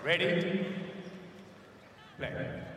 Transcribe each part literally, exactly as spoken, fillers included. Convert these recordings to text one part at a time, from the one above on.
Ready? Play.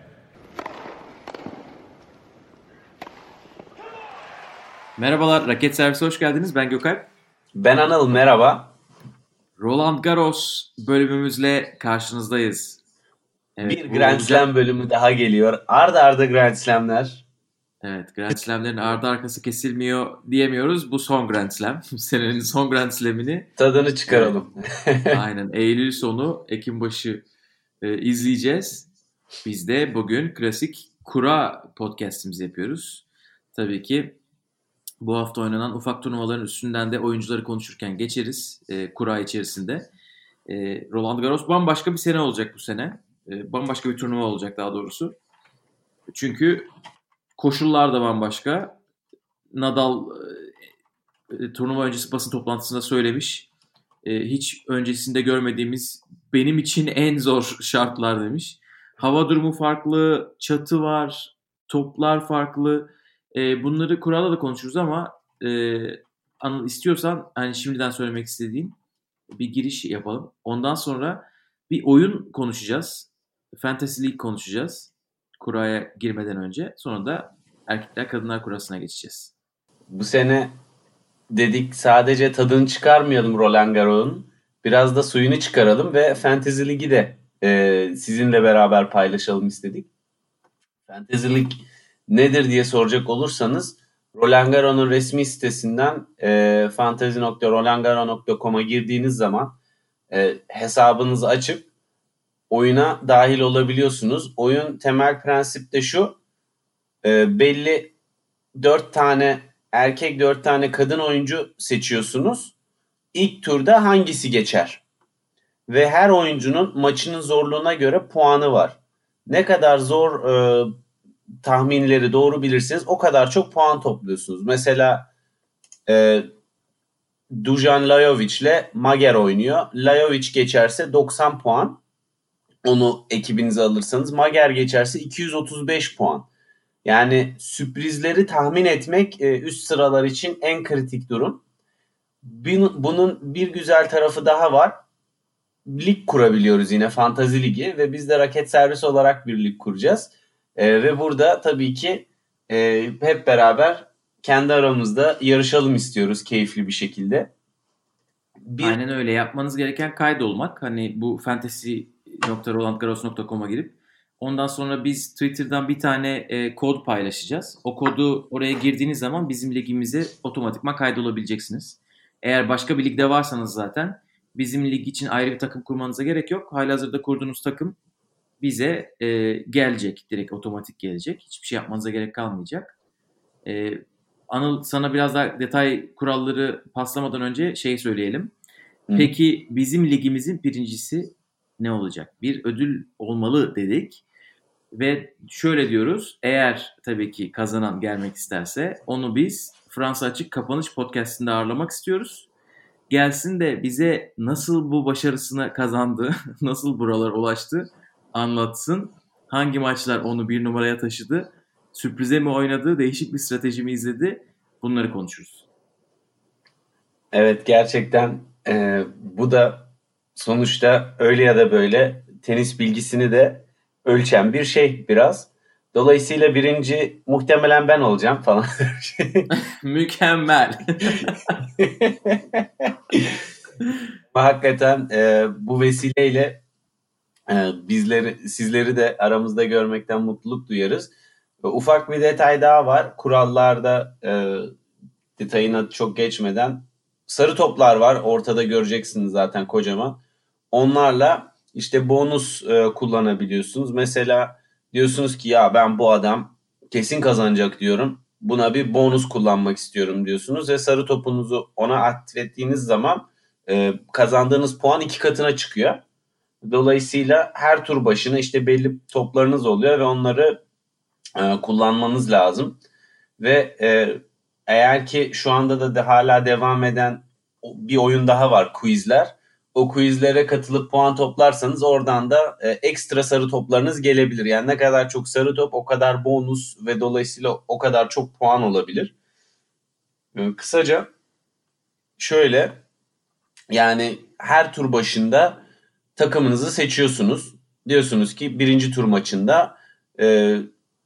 Merhabalar, Raket Servisi hoş geldiniz. Ben Gökalp. Ben Anıl, merhaba. Roland Garros bölümümüzle karşınızdayız. Evet, bir Grand olacak. Slam bölümü daha geliyor. Arda arda Grand Slam'ler. Evet, Grand Slam'lerin ardı arkası kesilmiyor diyemiyoruz. Bu son Grand Slam. Senenin son Grand Slam'ini. Tadını çıkaralım. Evet, aynen. Eylül sonu, Ekim başı e, izleyeceğiz. Biz de bugün klasik kura podcast'imizi yapıyoruz. Tabii ki bu hafta oynanan ufak turnuvaların üstünden de oyuncuları konuşurken geçeriz e, kura içerisinde. E, Roland Garros bambaşka bir sene olacak bu sene. E, bambaşka bir turnuva olacak daha doğrusu. Çünkü koşullar da bambaşka. Nadal e, turnuva öncesi basın toplantısında söylemiş. E, hiç öncesinde görmediğimiz benim için en zor şartlar demiş. Hava durumu farklı, çatı var, toplar farklı. E, bunları kuralda da konuşuruz ama e, Anıl istiyorsan hani şimdiden söylemek istediğim bir giriş yapalım. Ondan sonra bir oyun konuşacağız. Fantasy League konuşacağız. Kuraya girmeden önce. Sonra da erkekler kadınlar kurasına geçeceğiz. Bu sene dedik sadece tadını çıkarmayalım Roland Garros'un. Biraz da suyunu çıkaralım ve Fantasy League'i de e, sizinle beraber paylaşalım istedik. Fantasy League nedir diye soracak olursanız Roland Garros'un resmi sitesinden e, fantasy nokta roland garros nokta com'a girdiğiniz zaman e, hesabınızı açıp oyuna dahil olabiliyorsunuz. Oyun temel prensip de şu. E, belli dört tane erkek dört tane kadın oyuncu seçiyorsunuz. İlk turda hangisi geçer? Ve her oyuncunun maçının zorluğuna göre puanı var. Ne kadar zor e, tahminleri doğru bilirseniz o kadar çok puan topluyorsunuz. Mesela e, Dujan Lajovic ile Mager oynuyor. Lajovic geçerse doksan puan. Onu ekibinize alırsanız. Mager geçerse iki yüz otuz beş puan. Yani sürprizleri tahmin etmek e, üst sıralar için en kritik durum. Bunun bir güzel tarafı daha var. Lig kurabiliyoruz yine, Fantazi Ligi, ve biz de Raket Servisi olarak bir lig kuracağız. E, ve burada tabii ki e, hep beraber kendi aramızda yarışalım istiyoruz keyifli bir şekilde. Bir... Aynen öyle. Yapmanız gereken kaydolmak. Hani bu fantasy nokta roland garros nokta com'a girip ondan sonra biz Twitter'dan bir tane e, kod paylaşacağız. O kodu oraya girdiğiniz zaman bizim ligimize otomatikman kaydolabileceksiniz. Eğer başka bir ligde varsanız zaten bizim lig için ayrı bir takım kurmanıza gerek yok. Halihazırda kurduğunuz takım bize e, gelecek. Direkt otomatik gelecek. Hiçbir şey yapmanıza gerek kalmayacak. E, Anıl, sana biraz daha detay kuralları paslamadan önce şey söyleyelim. Hı. Peki bizim ligimizin birincisi ne olacak? Bir ödül olmalı dedik. Ve şöyle diyoruz. Eğer tabii ki kazanan gelmek isterse onu biz Fransa Açık Kapanış Podcast'inde ağırlamak istiyoruz. Gelsin de bize nasıl bu başarısını kazandı, nasıl buralara ulaştı anlatsın. Hangi maçlar onu bir numaraya taşıdı? Sürprize mi oynadı? Değişik bir strateji mi izledi? Bunları konuşuruz. Evet, gerçekten e, bu da sonuçta öyle ya da böyle tenis bilgisini de ölçen bir şey biraz. Dolayısıyla birinci muhtemelen ben olacağım falan. Mükemmel. Hakikaten e, bu vesileyle e, bizleri, sizleri de aramızda görmekten mutluluk duyarız. E, ufak bir detay daha var. Kurallarda e, detayına çok geçmeden sarı toplar var. Ortada göreceksiniz zaten kocaman. Onlarla işte bonus e, kullanabiliyorsunuz. Mesela diyorsunuz ki ya ben bu adam kesin kazanacak diyorum. Buna bir bonus kullanmak istiyorum diyorsunuz ve sarı topunuzu ona aktifettiğiniz zaman e, kazandığınız puan iki katına çıkıyor. Dolayısıyla her tur başına işte belli toplarınız oluyor ve onları e, kullanmanız lazım. Ve e, eğer ki şu anda da de hala devam eden bir oyun daha var, quizler. O quizlere katılıp puan toplarsanız oradan da e, ekstra sarı toplarınız gelebilir. Yani ne kadar çok sarı top o kadar bonus ve dolayısıyla o kadar çok puan olabilir. E, kısaca şöyle, yani her tur başında takımınızı seçiyorsunuz. Diyorsunuz ki birinci tur maçında e,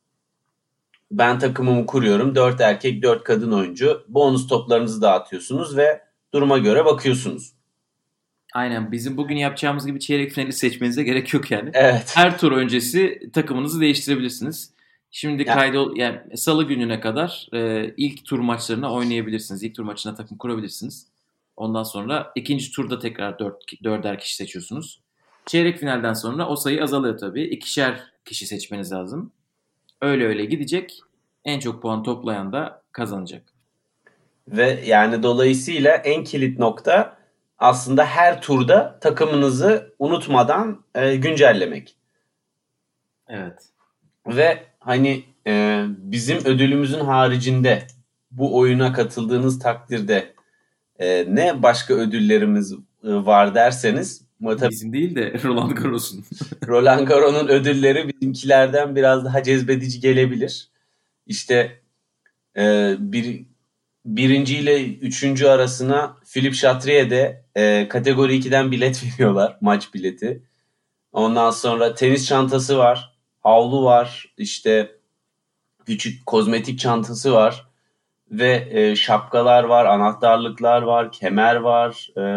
ben takımımı kuruyorum. Dört erkek, dört kadın oyuncu. Bonus toplarınızı dağıtıyorsunuz ve duruma göre bakıyorsunuz. Aynen, bizim bugün yapacağımız gibi çeyrek finali seçmenize gerek yok yani. Evet. Her tur öncesi takımınızı değiştirebilirsiniz. Şimdi Ya- kaydı yani salı gününe kadar e, ilk tur maçlarına oynayabilirsiniz. İlk tur maçına takım kurabilirsiniz. Ondan sonra ikinci turda tekrar dört, dörder kişi seçiyorsunuz. Çeyrek finalden sonra o sayı azalıyor tabii. İkişer kişi seçmeniz lazım. Öyle öyle gidecek. En çok puan toplayan da kazanacak. Ve yani dolayısıyla en kilit nokta aslında her turda takımınızı unutmadan e, güncellemek. Evet. Ve hani e, bizim ödülümüzün haricinde bu oyuna katıldığınız takdirde e, ne başka ödüllerimiz e, var derseniz tabii Bizim değil de Roland Garros'un. Roland Garros'un ödülleri bizimkilerden biraz daha cezbedici gelebilir. İşte e, bir birinci ile üçüncü arasına Philippe Chatrier'de e, kategori ikiden bilet veriyorlar. Maç bileti. Ondan sonra tenis çantası var. Havlu var. İşte küçük kozmetik çantası var. Ve e, şapkalar var. Anahtarlıklar var. Kemer var. E,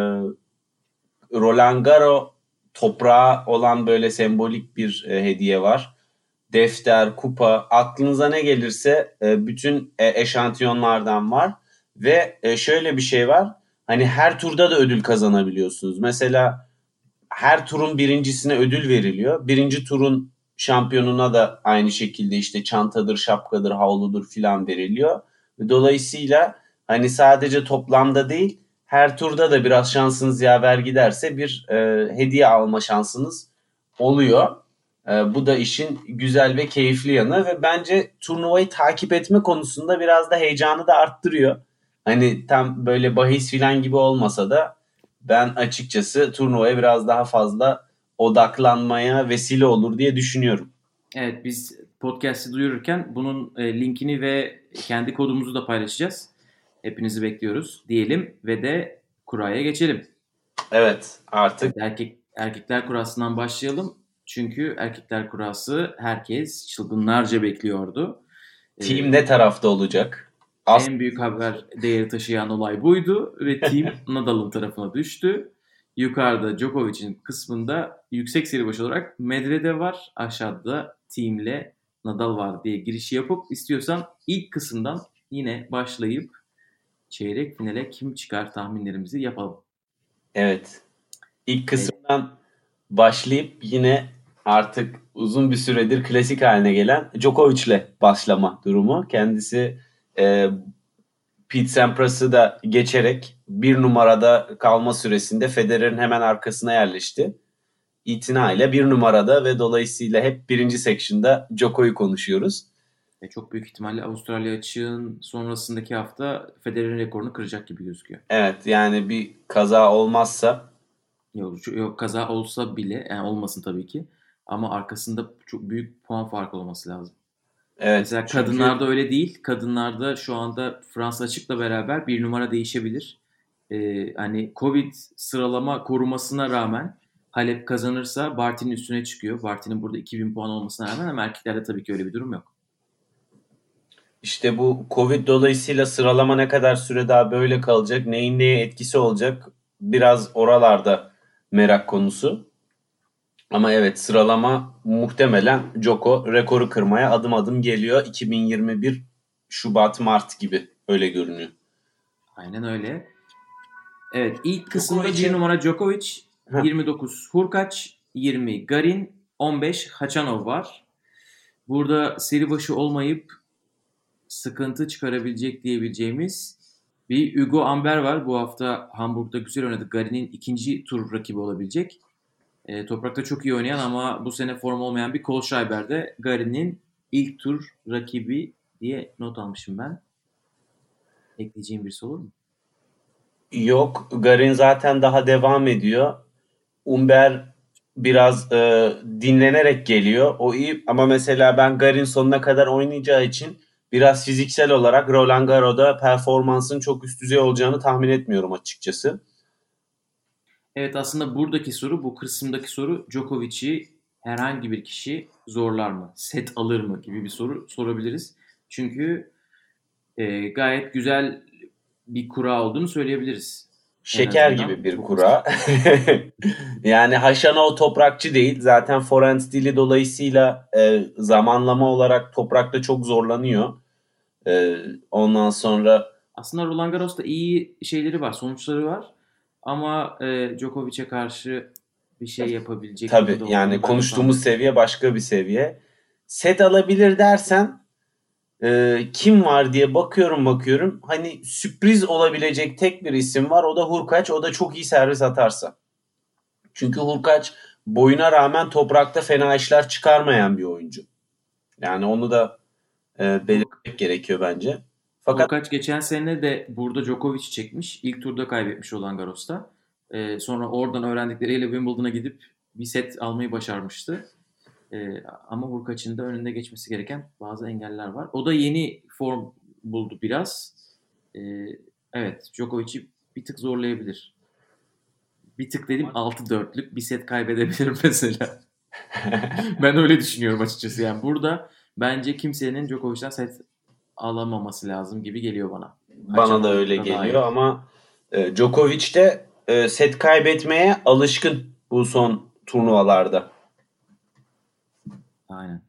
Roland Garros toprağı olan böyle sembolik bir e, hediye var. Defter, kupa, aklınıza ne gelirse e, bütün e, eşantiyonlardan var. Ve e, şöyle bir şey var. Hani her turda da ödül kazanabiliyorsunuz. Mesela her turun birincisine ödül veriliyor. Birinci turun şampiyonuna da aynı şekilde işte çantadır, şapkadır, havludur filan veriliyor. Dolayısıyla hani sadece toplamda değil, her turda da biraz şansınız yaver giderse bir e, hediye alma şansınız oluyor. E, bu da işin güzel ve keyifli yanı ve bence turnuvayı takip etme konusunda biraz da heyecanı da arttırıyor. Hani tam böyle bahis filan gibi olmasa da ben açıkçası turnuvaya biraz daha fazla odaklanmaya vesile olur diye düşünüyorum. Evet, biz podcast'i duyururken bunun e, linkini ve kendi kodumuzu da paylaşacağız. Hepinizi bekliyoruz diyelim ve de kuraya geçelim. Evet, artık Erkek erkekler kurasından başlayalım. Çünkü erkekler kurası herkes çılgınlarca bekliyordu. team Ee, ne tarafta olacak? As En büyük haber değeri taşıyan olay buydu ve team Nadal'ın tarafına düştü. Yukarıda Djokovic'in kısmında yüksek seri başı olarak Medvedev var. Aşağıda teamle Nadal var diye girişi yapıp istiyorsan ilk kısımdan yine başlayıp çeyrek finale kim çıkar tahminlerimizi yapalım. Evet. İlk kısımdan başlayıp yine artık uzun bir süredir klasik haline gelen Djokovic'le başlama durumu. Kendisi e, Pete Sampras'ı da geçerek bir numarada kalma süresinde Federer'in hemen arkasına yerleşti. İtinayla bir numarada ve dolayısıyla hep birinci section'da Djoko'yu konuşuyoruz. E çok büyük ihtimalle Avustralya açığın sonrasındaki hafta Federer'in rekorunu kıracak gibi gözüküyor. Evet yani bir kaza olmazsa Yok, yok kaza olsa bile, yani olmasın tabii ki. Ama arkasında çok büyük puan farkı olması lazım. evet Mesela çünkü kadınlarda öyle değil. Kadınlarda şu anda Fransa açıkla beraber bir numara değişebilir. Ee, hani Covid sıralama korumasına rağmen Halep kazanırsa Barty'nin üstüne çıkıyor. Barty'nin burada iki bin puan olmasına rağmen, ama erkeklerde tabii ki öyle bir durum yok. işte bu Covid dolayısıyla sıralama ne kadar süre daha böyle kalacak, neyin neye etkisi olacak biraz oralarda merak konusu. Ama evet sıralama muhtemelen Djoko rekoru kırmaya adım adım geliyor. iki bin yirmi bir Şubat Mart gibi öyle görünüyor. Aynen öyle. Evet, ilk kısımda Djokovic'in- bir numara Djokovic, Heh. yirmi dokuz Hurkaç, yirmi Garin, on beş Hachanov var. Burada seri başı olmayıp sıkıntı çıkarabilecek diyebileceğimiz bir Hugo Amber var. Bu hafta Hamburg'da güzel oynadı. Garin'in ikinci tur rakibi olabilecek. E, toprakta çok iyi oynayan ama bu sene form olmayan bir Kohlschreiber de Garin'in ilk tur rakibi diye not almışım ben. Ekleyeceğim bir soru mu? Yok, Garin zaten daha devam ediyor. Umber biraz e, dinlenerek geliyor. O iyi ama mesela ben Garin sonuna kadar oynayacağı için biraz fiziksel olarak Roland Garros'da performansın çok üst düzey olacağını tahmin etmiyorum açıkçası. Evet, aslında buradaki soru, bu kısımdaki soru, Djokovic'i herhangi bir kişi zorlar mı? Set alır mı gibi bir soru sorabiliriz. Çünkü e, gayet güzel bir kura olduğunu söyleyebiliriz. En Şeker azından gibi bir bu kısım. kura. Yani Haşanov toprakçı değil. Zaten forehand stili dolayısıyla e, zamanlama olarak toprakta çok zorlanıyor. E, ondan sonra Aslında Roland Garros'ta iyi şeyleri var, sonuçları var. Ama e, Djokovic'e karşı bir şey yapabilecek tabii durumda yani olduğunu ben de konuştuğumuz sanmıyorum. seviye başka bir seviye. Set alabilir dersen e, kim var diye bakıyorum bakıyorum. Hani sürpriz olabilecek tek bir isim var. O da Hurkacz. O da çok iyi servis atarsa. Çünkü Hurkacz boyuna rağmen toprakta fena işler çıkarmayan bir oyuncu. Yani onu da e, Hur- belirtmek gerekiyor bence. Fakat Hurkacz geçen sene de burada Djokovic'i çekmiş. İlk turda kaybetmiş Roland Garros'ta. E, sonra oradan öğrendikleriyle Wimbledon'a gidip bir set almayı başarmıştı. E, ama Hurkacz'ın da önünde geçmesi gereken bazı engeller var. O da yeni form buldu biraz. E, evet, Djokovic'i bir tık zorlayabilir. Bir tık dedim, altı dörtlük bir set kaybedebilir mesela. Ben öyle düşünüyorum açıkçası. Yani burada bence kimsenin Djokovic'ten set alamaması lazım gibi geliyor bana. bana da Haçanov öyle da dahil. geliyor ama e, Djokovic de e, set kaybetmeye alışkın bu son turnuvalarda. Aynen.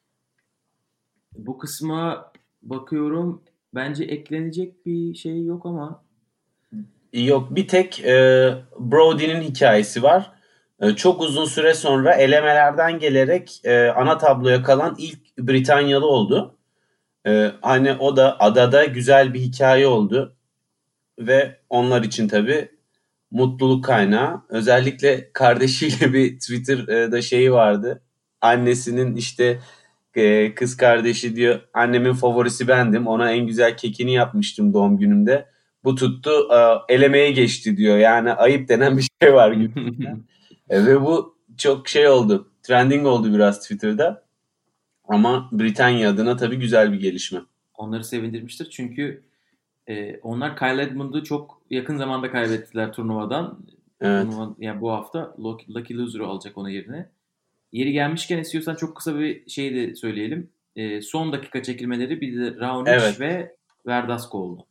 Bu kısma bakıyorum. Bence eklenecek bir şey yok ama Yok bir tek e, Brody'nin hikayesi var. E, çok uzun süre sonra elemelerden gelerek e, ana tabloya kalan ilk Britanyalı oldu. E, hani o da adada güzel bir hikaye oldu. Ve onlar için tabii mutluluk kaynağı. Özellikle kardeşiyle bir Twitter'da şeyi vardı. Annesinin işte e, kız kardeşi diyor annemin favorisi bendim. Ona en güzel kekini yapmıştım doğum günümde. Bu tuttu e, elemeye geçti diyor. Yani ayıp denen bir şey var gibi. E, ve bu çok şey oldu. Trending oldu biraz Twitter'da. Ama Britanya adına tabii güzel bir gelişme. onları sevindirmiştir. Çünkü e, onlar Kyle Edmund'u çok yakın zamanda kaybettiler turnuvadan. Evet. Turnuva yani bu hafta Lucky, Lucky Loser'ı alacak onun yerine. Yeri gelmişken istiyorsan çok kısa bir şey de söyleyelim. E, son dakika çekilmeleri bir de Evet. Raonic ve Verdasco oldu.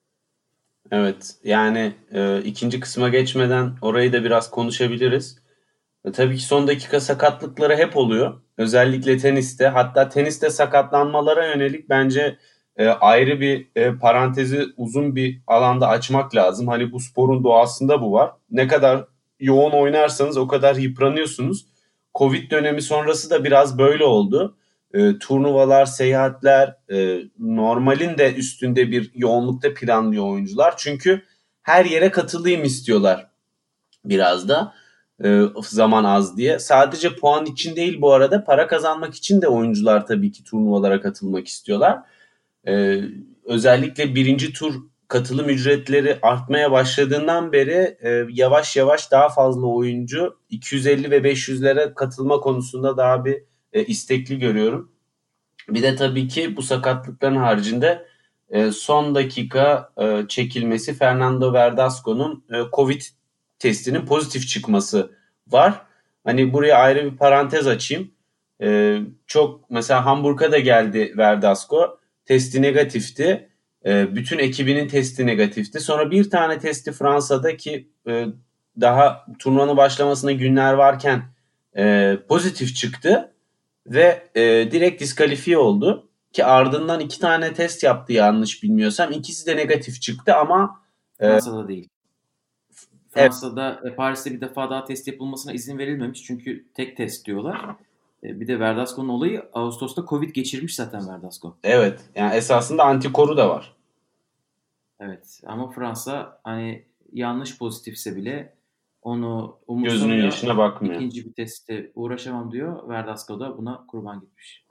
Evet. Yani e, ikinci kısma geçmeden orayı da biraz konuşabiliriz. E, tabii ki son dakika sakatlıkları hep oluyor. Özellikle teniste. Hatta teniste sakatlanmalara yönelik bence e, ayrı bir e, parantezi uzun bir alanda açmak lazım. Hani bu sporun doğasında bu var. Ne kadar yoğun oynarsanız o kadar yıpranıyorsunuz. Covid dönemi sonrası da biraz böyle oldu. E, turnuvalar, seyahatler e, normalin de üstünde bir yoğunlukta planlıyor oyuncular. Çünkü her yere katılayım istiyorlar biraz da e, zaman az diye. Sadece puan için değil bu arada para kazanmak için de oyuncular tabii ki turnuvalara katılmak istiyorlar. E, özellikle birinci tur katılım ücretleri artmaya başladığından beri e, yavaş yavaş daha fazla oyuncu iki yüz elli ve beş yüzlere katılma konusunda daha bir e, istekli görüyorum. Bir de tabii ki bu sakatlıkların haricinde e, son dakika e, çekilmesi Fernando Verdasco'nun e, Covid testinin pozitif çıkması var. Hani buraya ayrı bir parantez açayım. E, çok mesela Hamburg'a da geldi Verdasco. Testi negatifti. E, bütün ekibinin testi negatifti. Sonra bir tane testi Fransa'da ki e, daha turnuvanın başlamasına günler varken e, pozitif çıktı ve e, direkt diskalifiye oldu. Ki ardından iki tane test yaptı yanlış bilmiyorsam. İkisi de negatif çıktı ama Fransa'da değil. evet, Fransa'da e, Paris'te bir defa daha test yapılmasına izin verilmemiş. Çünkü tek test diyorlar. E, bir de Verdasco'nun olayı, Ağustos'ta Covid geçirmiş zaten Verdasco. evet yani esasında antikoru da var. Evet, ama Fransa hani yanlış pozitifse bile onu Gözünün umursamıyor. yaşına bakmıyor. İkinci bir testte uğraşamam diyor. Verdasco da buna kurban gitmiş.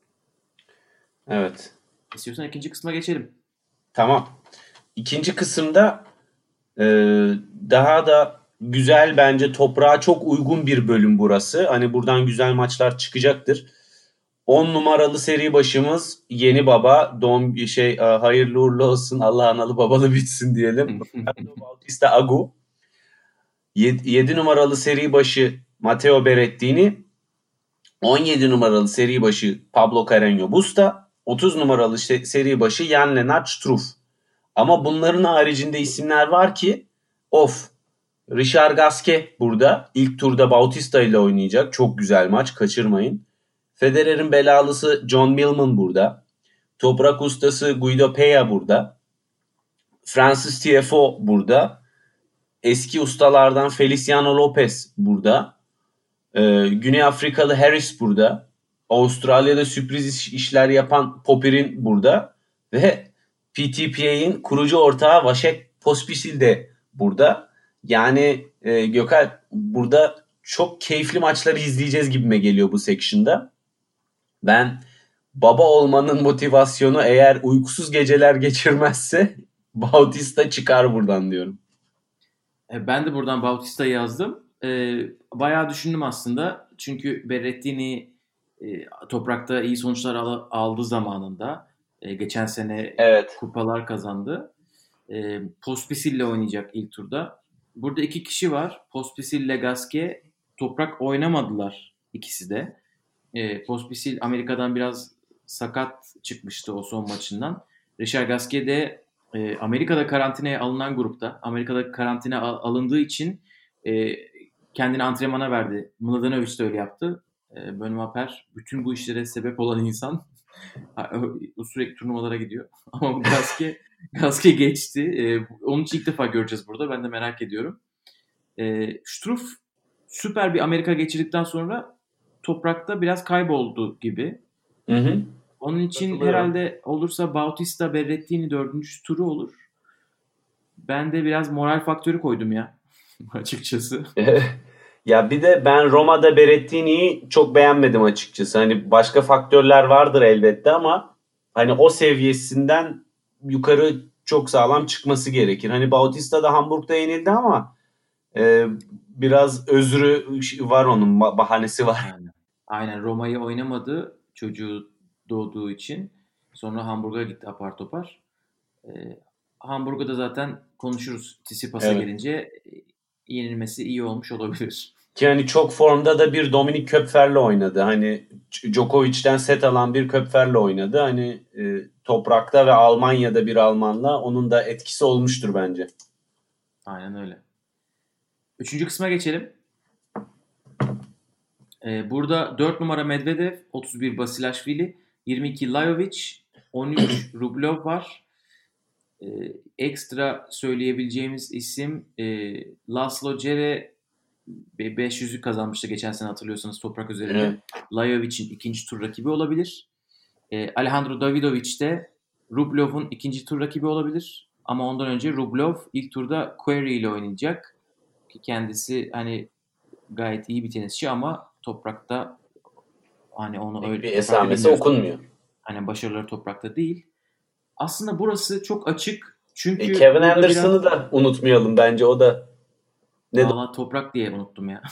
Evet. İstiyorsan ikinci kısma geçelim. Tamam. İkinci kısımda e, daha da güzel bence toprağa çok uygun bir bölüm burası. Hani buradan güzel maçlar çıkacaktır. on numaralı seri başımız Yeni Baba. Doğum şey e, hayırlı uğurlu olsun. Allah analı babalı bitsin diyelim. Bautista Agut. yedi numaralı seri başı Matteo Berrettini, on yedi numaralı seri başı Pablo Carreño Busta, otuz numaralı seri başı Jan-Lennard Struff. Ama bunların haricinde isimler var ki of. Richard Gasquet burada. İlk turda Bautista ile oynayacak. Çok güzel maç. Kaçırmayın. Federer'in belalısı John Millman burada. Toprak ustası Guido Pella burada. Francis Tiafoe burada. Eski ustalardan Feliciano Lopez burada. Ee, Güney Afrikalı Harris burada. Avustralya'da sürpriz işler yapan Popir'in burada. Ve P T P A'nin kurucu ortağı Vasek Pospisil de burada. Yani e, Gökalp, burada çok keyifli maçları izleyeceğiz gibime geliyor bu section'da. Ben baba olmanın motivasyonu eğer uykusuz geceler geçirmezse Bautista çıkar buradan diyorum. Ben de buradan Bautista'yı yazdım. E, bayağı düşündüm aslında. Çünkü Berrettini e, toprakta iyi sonuçlar al- aldı zamanında. E, geçen sene Evet. kupalar kazandı. E, Pospisil ile oynayacak ilk turda. Burada iki kişi var. Pospisil ile Gasquet toprak oynamadılar ikisi de. E, Pospisil Amerika'dan biraz sakat çıkmıştı o son maçından. Richard Gasquet de e, Amerika'da karantinaya alınan grupta. Amerika'da karantina al- alındığı için e, kendini antrenmana verdi. Mladenovic de öyle yaptı. E, Benoît Paire bütün bu işlere sebep olan insan. O sürekli turnuvalara gidiyor. Ama bu Gasquet, Gasquet geçti. E, onun için ilk defa göreceğiz burada. Ben de merak ediyorum. E, Struff süper bir Amerika geçirdikten sonra toprakta biraz kayboldu gibi. Hı hı. Onun için herhalde olursa Bautista Berrettini dördüncü turu olur. Ben de biraz moral faktörü koydum ya açıkçası. Ya bir de ben Roma'da Berrettini'yi çok beğenmedim açıkçası. Hani başka faktörler vardır elbette ama hani o seviyesinden yukarı çok sağlam çıkması gerekir. Hani Bautista da Hamburg'da yenildi ama e, biraz özrü var, onun bahanesi var. Aynen. Aynen, Roma'yı oynamadı çocuğu doğduğu için. Sonra Hamburg'a gitti apar topar. Ee, Hamburg'da da zaten konuşuruz Tsitsipas'a Evet. gelince e, yenilmesi iyi olmuş olabilir. Ki hani çok formda da bir Dominik Köpfer'le oynadı. Hani Djokovic'ten set alan bir Köpfer'le oynadı. Hani e, toprakta ve Almanya'da bir Almanla onun da etkisi olmuştur bence. Aynen öyle. Üçüncü kısma geçelim. Ee, burada dört numara Medvedev, otuz bir Basilashvili, yirmi iki Lajovic, on üç Rublev var. Ee, ekstra söyleyebileceğimiz isim e, Laslo Djere beş yüzlük kazanmıştı geçen sene, hatırlıyorsanız toprak üzerinde. Evet. Lajovic'in ikinci tur rakibi olabilir. E, Alejandro Davidovic de Rublev'un ikinci tur rakibi olabilir. Ama ondan önce Rublev ilk turda Querrey ile oynayacak. Ki kendisi hani gayet iyi bir tenisçi ama toprakta hani onu öyle bir esamesi okunmuyor. Hani başarıları toprakta değil. Aslında burası çok açık. Çünkü e, Kevin Anderson'ı biraz... da unutmayalım bence, o da. Valla toprak diye unuttum ya.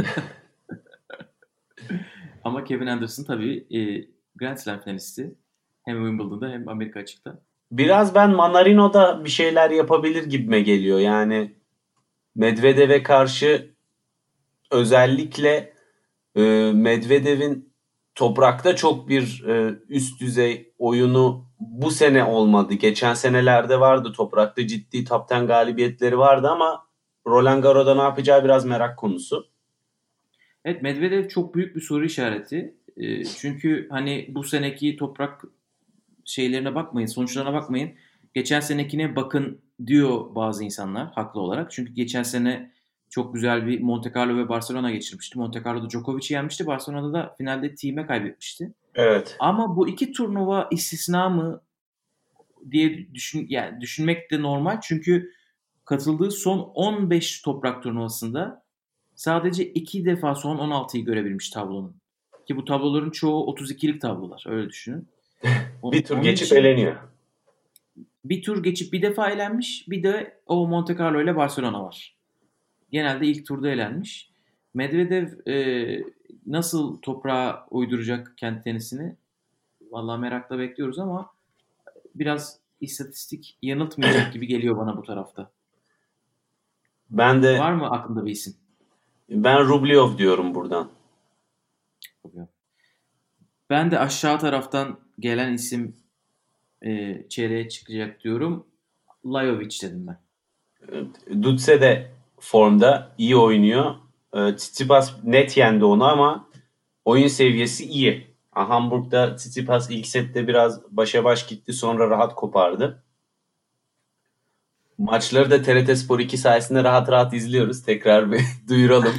Ama Kevin Anderson tabii e, Grand Slam finalisti. Hem Wimbledon'da hem Amerika açıkta. Biraz ben Manarino'da bir şeyler yapabilir gibime geliyor. Yani Medvedev'e karşı özellikle e, Medvedev'in toprakta çok bir e, üst düzey oyunu bu sene olmadı. Geçen senelerde vardı, toprakta ciddi top on galibiyetleri vardı ama Roland Garros'da ne yapacağı biraz merak konusu. Evet, Medvedev çok büyük bir soru işareti. E, çünkü hani bu seneki toprak şeylerine bakmayın, sonuçlarına bakmayın. Geçen senekine bakın diyor bazı insanlar haklı olarak. Çünkü geçen sene çok güzel bir Monte Carlo ve Barcelona geçirmişti. Monte Carlo'da Djokovic'i yenmişti. Barcelona'da da finalde Thiem'e kaybetmişti. Evet. Ama bu iki turnuva istisna mı diye düşün, yani düşünmek de normal. Çünkü katıldığı son on beş toprak turnuvasında sadece iki defa son on altıyı görebilmiş tablonun. Ki bu tabloların çoğu otuz ikilik tablolar. Öyle düşünün. bir tur Onun geçip için eleniyor. bir tur geçip bir defa elenmiş. Bir de o Monte Carlo ile Barcelona var. Genelde ilk turda elenmiş. Medvedev e, nasıl toprağa uyduracak kendi tenisini? Vallahi merakla bekliyoruz ama biraz istatistik yanıltmayacak gibi geliyor bana bu tarafta. Ben de Var mı aklında bir isim? ben Rublev diyorum buradan. Ben de aşağı taraftan gelen isim e, çeyreğe çıkacak diyorum. Lajovic dedim ben. Dutse de formda iyi oynuyor. Ee, Tsitsipas net yendi onu ama oyun seviyesi iyi. Hamburg'da Tsitsipas ilk sette biraz başa baş gitti, sonra rahat kopardı. Maçları da T R T Spor iki sayesinde rahat rahat izliyoruz. Tekrar bir duyuralım.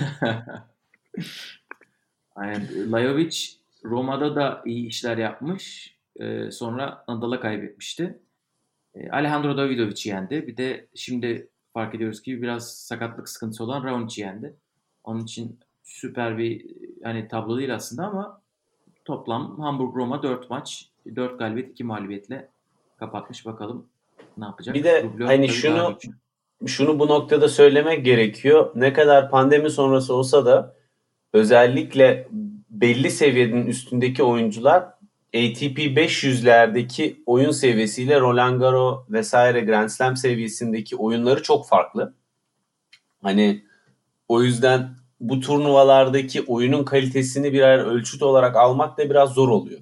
Aynen. Lajovic Roma'da da iyi işler yapmış. E, sonra Nadal'a kaybetmişti. E, Alejandro Davidovic'i yendi. Bir de şimdi fark ediyoruz ki biraz sakatlık sıkıntısı olan Raonic'i yendi. Onun için süper bir hani tablo değil aslında ama toplam Hamburg-Roma dört maç, dört galibiyet, iki mağlubiyetle kapatmış. Bakalım ne Bir yapacak? de Rublev hani tabii daha şunu güçlü. şunu bu noktada söylemek gerekiyor. Ne kadar pandemi sonrası olsa da özellikle belli seviyenin üstündeki oyuncular A T P beş yüzlerdeki oyun seviyesiyle Roland Garros vesaire Grand Slam seviyesindeki oyunları çok farklı. Hani o yüzden bu turnuvalardaki oyunun kalitesini birer ölçüt olarak almak da biraz zor oluyor.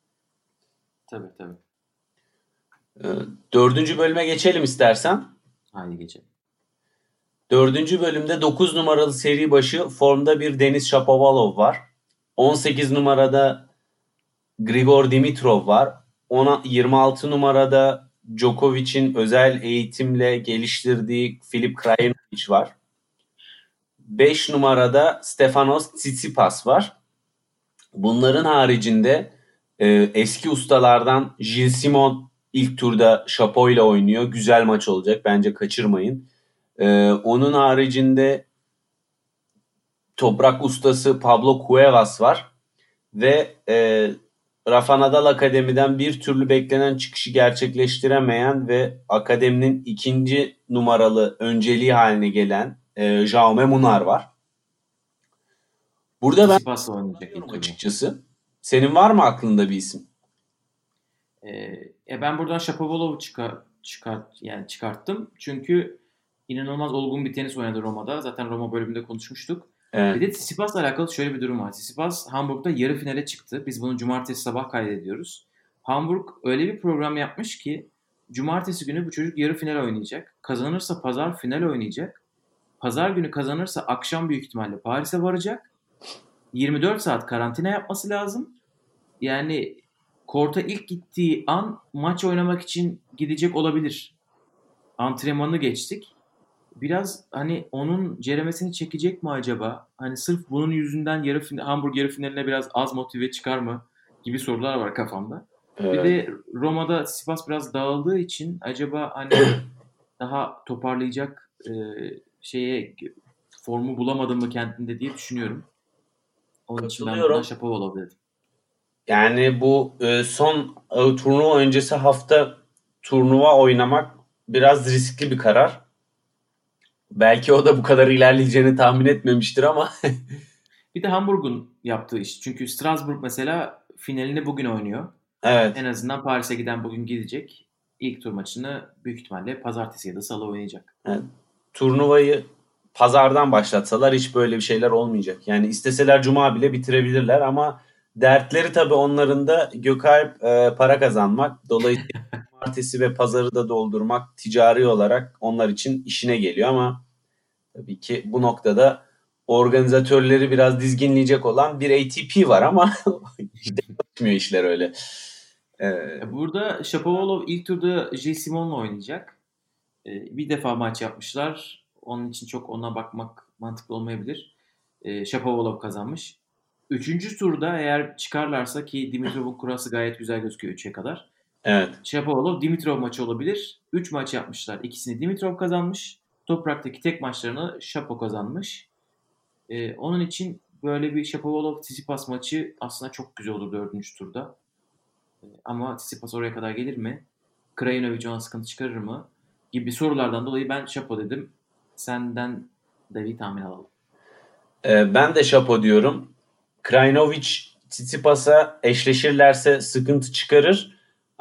Tabii tabii. Ee, Dördüncü bölüme geçelim istersen. Haydi geçelim. Dördüncü bölümde dokuz numaralı seri başı formda bir Denis Shapovalov var. on sekiz numarada Grigor Dimitrov var. Ona yirmi altı numarada Djokovic'in özel eğitimle geliştirdiği Filip Krajinovic var. beş numarada Stefanos Tsitsipas var. Bunların haricinde e, eski ustalardan Gilles Simon ilk turda Şapo ile oynuyor. Güzel maç olacak. Bence kaçırmayın. E, onun haricinde toprak ustası Pablo Cuevas var. Ve e, Rafa Nadal Akademi'den bir türlü beklenen çıkışı gerçekleştiremeyen ve akademinin ikinci numaralı önceliği haline gelen e, Jaume Munar var. Burada ben Tsitsipas'la oynayacak ilk turda. açıkçası. Senin var mı aklında bir isim? Ee, e ben buradan Shapovalov'u çıkar, çıkart, yani çıkarttım. Çünkü inanılmaz olgun bir tenis oynadı Roma'da. Zaten Roma bölümünde konuşmuştuk. Evet. Bir de Tsitsipas'la alakalı şöyle bir durum var. Tsitsipas Hamburg'da yarı finale çıktı. Biz bunu cumartesi sabah kaydediyoruz. Hamburg öyle bir program yapmış ki cumartesi günü bu çocuk yarı final oynayacak. Kazanırsa pazar final oynayacak. Pazar günü kazanırsa akşam büyük ihtimalle Paris'e varacak. yirmi dört saat karantina yapması lazım. Yani korta ilk gittiği an maç oynamak için gidecek olabilir. Antrenmanı geçtik. Biraz hani onun ceremesini çekecek mi acaba? Hani sırf bunun yüzünden yarı final, Hamburg yarı finaline biraz az motive çıkar mı gibi sorular var kafamda. Evet. Bir de Roma'da Tsitsipas biraz dağıldığı için acaba hani daha toparlayacak e, şeye formu bulamadım mı kendinde diye düşünüyorum. Onun için ben buradan Shapovalov dedim. Yani bu e, son e, turnuva öncesi hafta turnuva oynamak biraz riskli bir karar. Belki o da bu kadar ilerleyeceğini tahmin etmemiştir ama Bir de Hamburg'un yaptığı iş. Çünkü Strasbourg mesela finalini bugün oynuyor. evet. En azından Paris'e giden bugün gidecek. İlk tur maçını büyük ihtimalle pazartesi ya da salı oynayacak. Yani, turnuvayı pazardan başlatsalar hiç böyle bir şeyler olmayacak. Yani isteseler cuma bile bitirebilirler ama dertleri tabii onların da Gökalp e, para kazanmak. Dolayısıyla cumartesi ve pazarı da doldurmak ticari olarak onlar için işine geliyor ama tabii ki bu noktada organizatörleri biraz dizginleyecek olan bir A T P var ama işte çalışmıyor işler öyle. Ee, Burada Shapovalov ilk turda Gilles Simon'la oynayacak. Ee, Bir defa maç yapmışlar. Onun için çok ona bakmak mantıklı olmayabilir. Ee, Shapovalov kazanmış. Üçüncü turda eğer çıkarlarsa ki Dimitrov'un kurası gayet güzel gözüküyor üçe kadar. evet. Shapovalov Dimitrov maçı olabilir. üç maç yapmışlar. İkisini Dimitrov kazanmış. Topraktaki tek maçlarını Shapo kazanmış. Ee, onun için böyle bir Shapovalov-Tsitsipas maçı aslında çok güzel olur dördüncü turda. Ee, ama Tsitsipas oraya kadar gelir mi? Krajinovic ona sıkıntı çıkarır mı? Gibi sorulardan dolayı ben Shapo dedim. Senden de bir tahmin alalım. Ee, ben de Şapo diyorum. Krajinovic Tsitsipas'a eşleşirlerse sıkıntı çıkarır.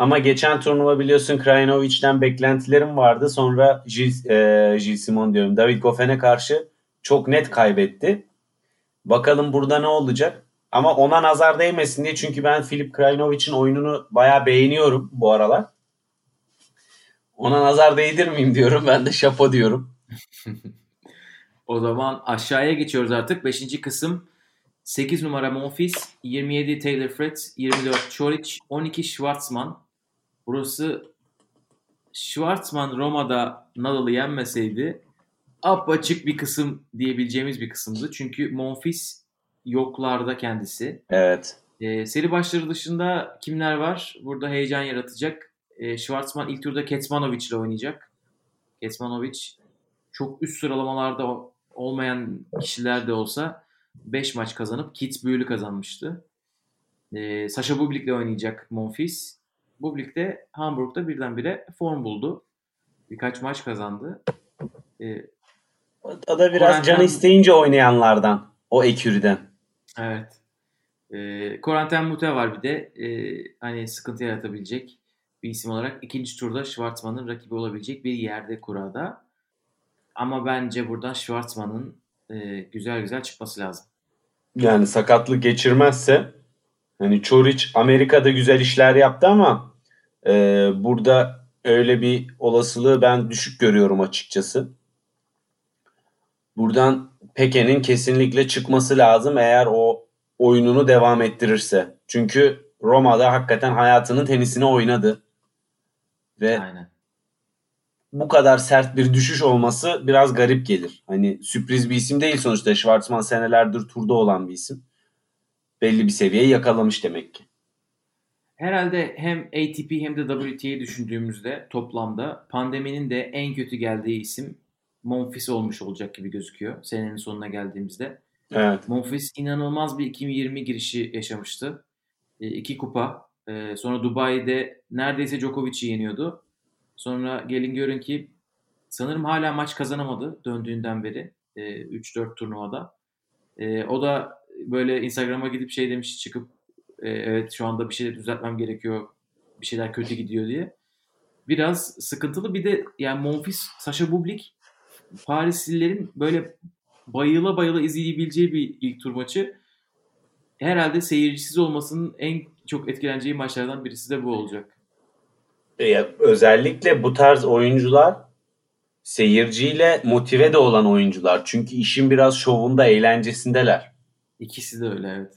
Ama geçen turnuva biliyorsun Krajinovic'den beklentilerim vardı. Sonra Gilles, e, Gilles Simon diyorum. David Goffin'e karşı çok net kaybetti. Bakalım burada ne olacak. Ama ona nazar değmesin diye. Çünkü ben Filip Krajinovic'in oyununu bayağı beğeniyorum bu aralar. Ona nazar değdirmeyeyim diyorum. Ben de şapo diyorum. O zaman aşağıya geçiyoruz artık. Beşinci kısım. sekiz numara Monfils, yirmi yedi Taylor Fritz, yirmi dört Çoric, on iki Schwartzman. Burası Schwartzman Roma'da Nadal'ı yenmeseydi apaçık bir kısım diyebileceğimiz bir kısımdı. Çünkü Monfils yoklarda kendisi. Evet. Ee, seri başları dışında kimler var? Burada heyecan yaratacak. Ee, Schwartzman ilk turda Kecmanovic ile oynayacak. Kecmanovic çok üst sıralamalarda olmayan kişiler de olsa beş maç kazanıp Kitzbühel'i kazanmıştı. Ee, Sasha Bublik ile oynayacak Monfils. Bublik de Hamburg'da birdenbire form buldu. Birkaç maç kazandı. Ee, O da biraz Corentin... canı isteyince oynayanlardan. O eküriden. Evet. Ee, Corentin Moutet var bir de. Ee, hani sıkıntı yaratabilecek bir isim olarak. ikinci turda Schwartzman'ın rakibi olabilecek bir yerde kurada. Ama bence buradan Schwartzman'ın e, güzel güzel çıkması lazım. Yani sakatlık geçirmezse hani Çoric Amerika'da güzel işler yaptı ama e, burada öyle bir olasılığı ben düşük görüyorum açıkçası. Buradan Peke'nin kesinlikle çıkması lazım eğer o oyununu devam ettirirse. Çünkü Roma'da hakikaten hayatının tenisini oynadı. Ve Aynen. bu kadar sert bir düşüş olması biraz garip gelir. Hani sürpriz bir isim değil sonuçta. Schwartzman senelerdir turda olan bir isim. Belli bir seviyeyi yakalamış demek ki. Herhalde hem A T P hem de W T A'yı düşündüğümüzde toplamda pandeminin de en kötü geldiği isim Monfils olmuş olacak gibi gözüküyor senenin sonuna geldiğimizde. Evet. Monfils inanılmaz bir iki bin yirmi girişi yaşamıştı. E, iki kupa. E, sonra Dubai'de neredeyse Djokovic'i yeniyordu. Sonra gelin görün ki sanırım hala maç kazanamadı döndüğünden beri. E, üç dört turnuvada. E, o da böyle Instagram'a gidip şey demiş çıkıp e, evet şu anda bir şeyler düzeltmem gerekiyor. Bir şeyler kötü gidiyor diye. Biraz sıkıntılı. Bir de yani Monfils, Sasha Bublik Parislilerin böyle bayıla bayıla izleyebileceği bir ilk tur maçı. Herhalde seyircisiz olmasının en çok etkileneceği maçlardan birisi de bu olacak. E, özellikle bu tarz oyuncular seyirciyle motive de olan oyuncular. Çünkü işin biraz şovunda, eğlencesindeler. İkisi de öyle evet.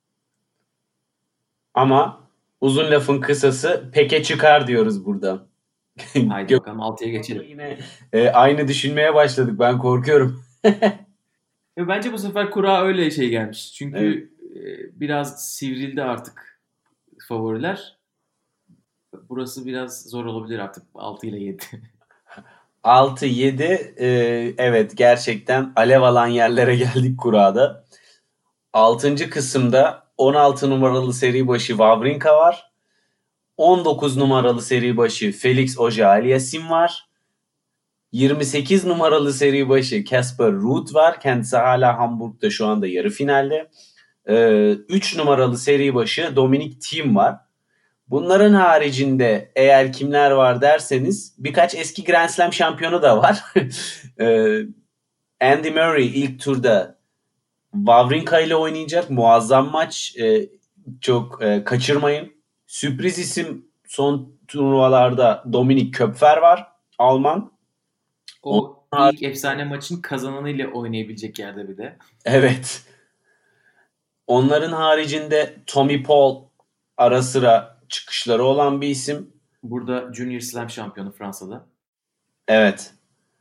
Ama uzun lafın kısası Peke çıkar diyoruz burada. Haydi bakalım altıya geçelim. Yine e, aynı düşünmeye başladık. Ben korkuyorum. Ve bence bu sefer kura öyle şey gelmiş. Çünkü evet. e, biraz sivrildi artık favoriler. Burası biraz zor olabilir artık altı ile yedi. altı yedi e, evet gerçekten alev alan yerlere geldik kurada. altıncı kısımda on altı numaralı seri başı Wawrinka var. on dokuz numaralı seri başı Felix Auger-Aliassime var. yirmi sekiz numaralı seri başı Casper Ruud var. Kendisi hala Hamburg'da şu anda yarı finalde. Ee, üç numaralı seri başı Dominic Thiem var. Bunların haricinde eğer kimler var derseniz birkaç eski Grand Slam şampiyonu da var. ee, Andy Murray ilk turda Wawrinka ile oynayacak. Muazzam maç. Ee, çok e, kaçırmayın. Sürpriz isim son turnuvalarda Dominik Köpfer var. Alman. O Onun ilk efsane maçın kazananıyla oynayabilecek yerde bir de. Evet. Onların haricinde Tommy Paul ara sıra çıkışları olan bir isim. Burada Junior Slam şampiyonu Fransa'da. Evet.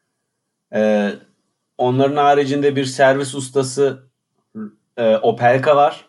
Ee, onların haricinde bir servis ustası e, Opelka var.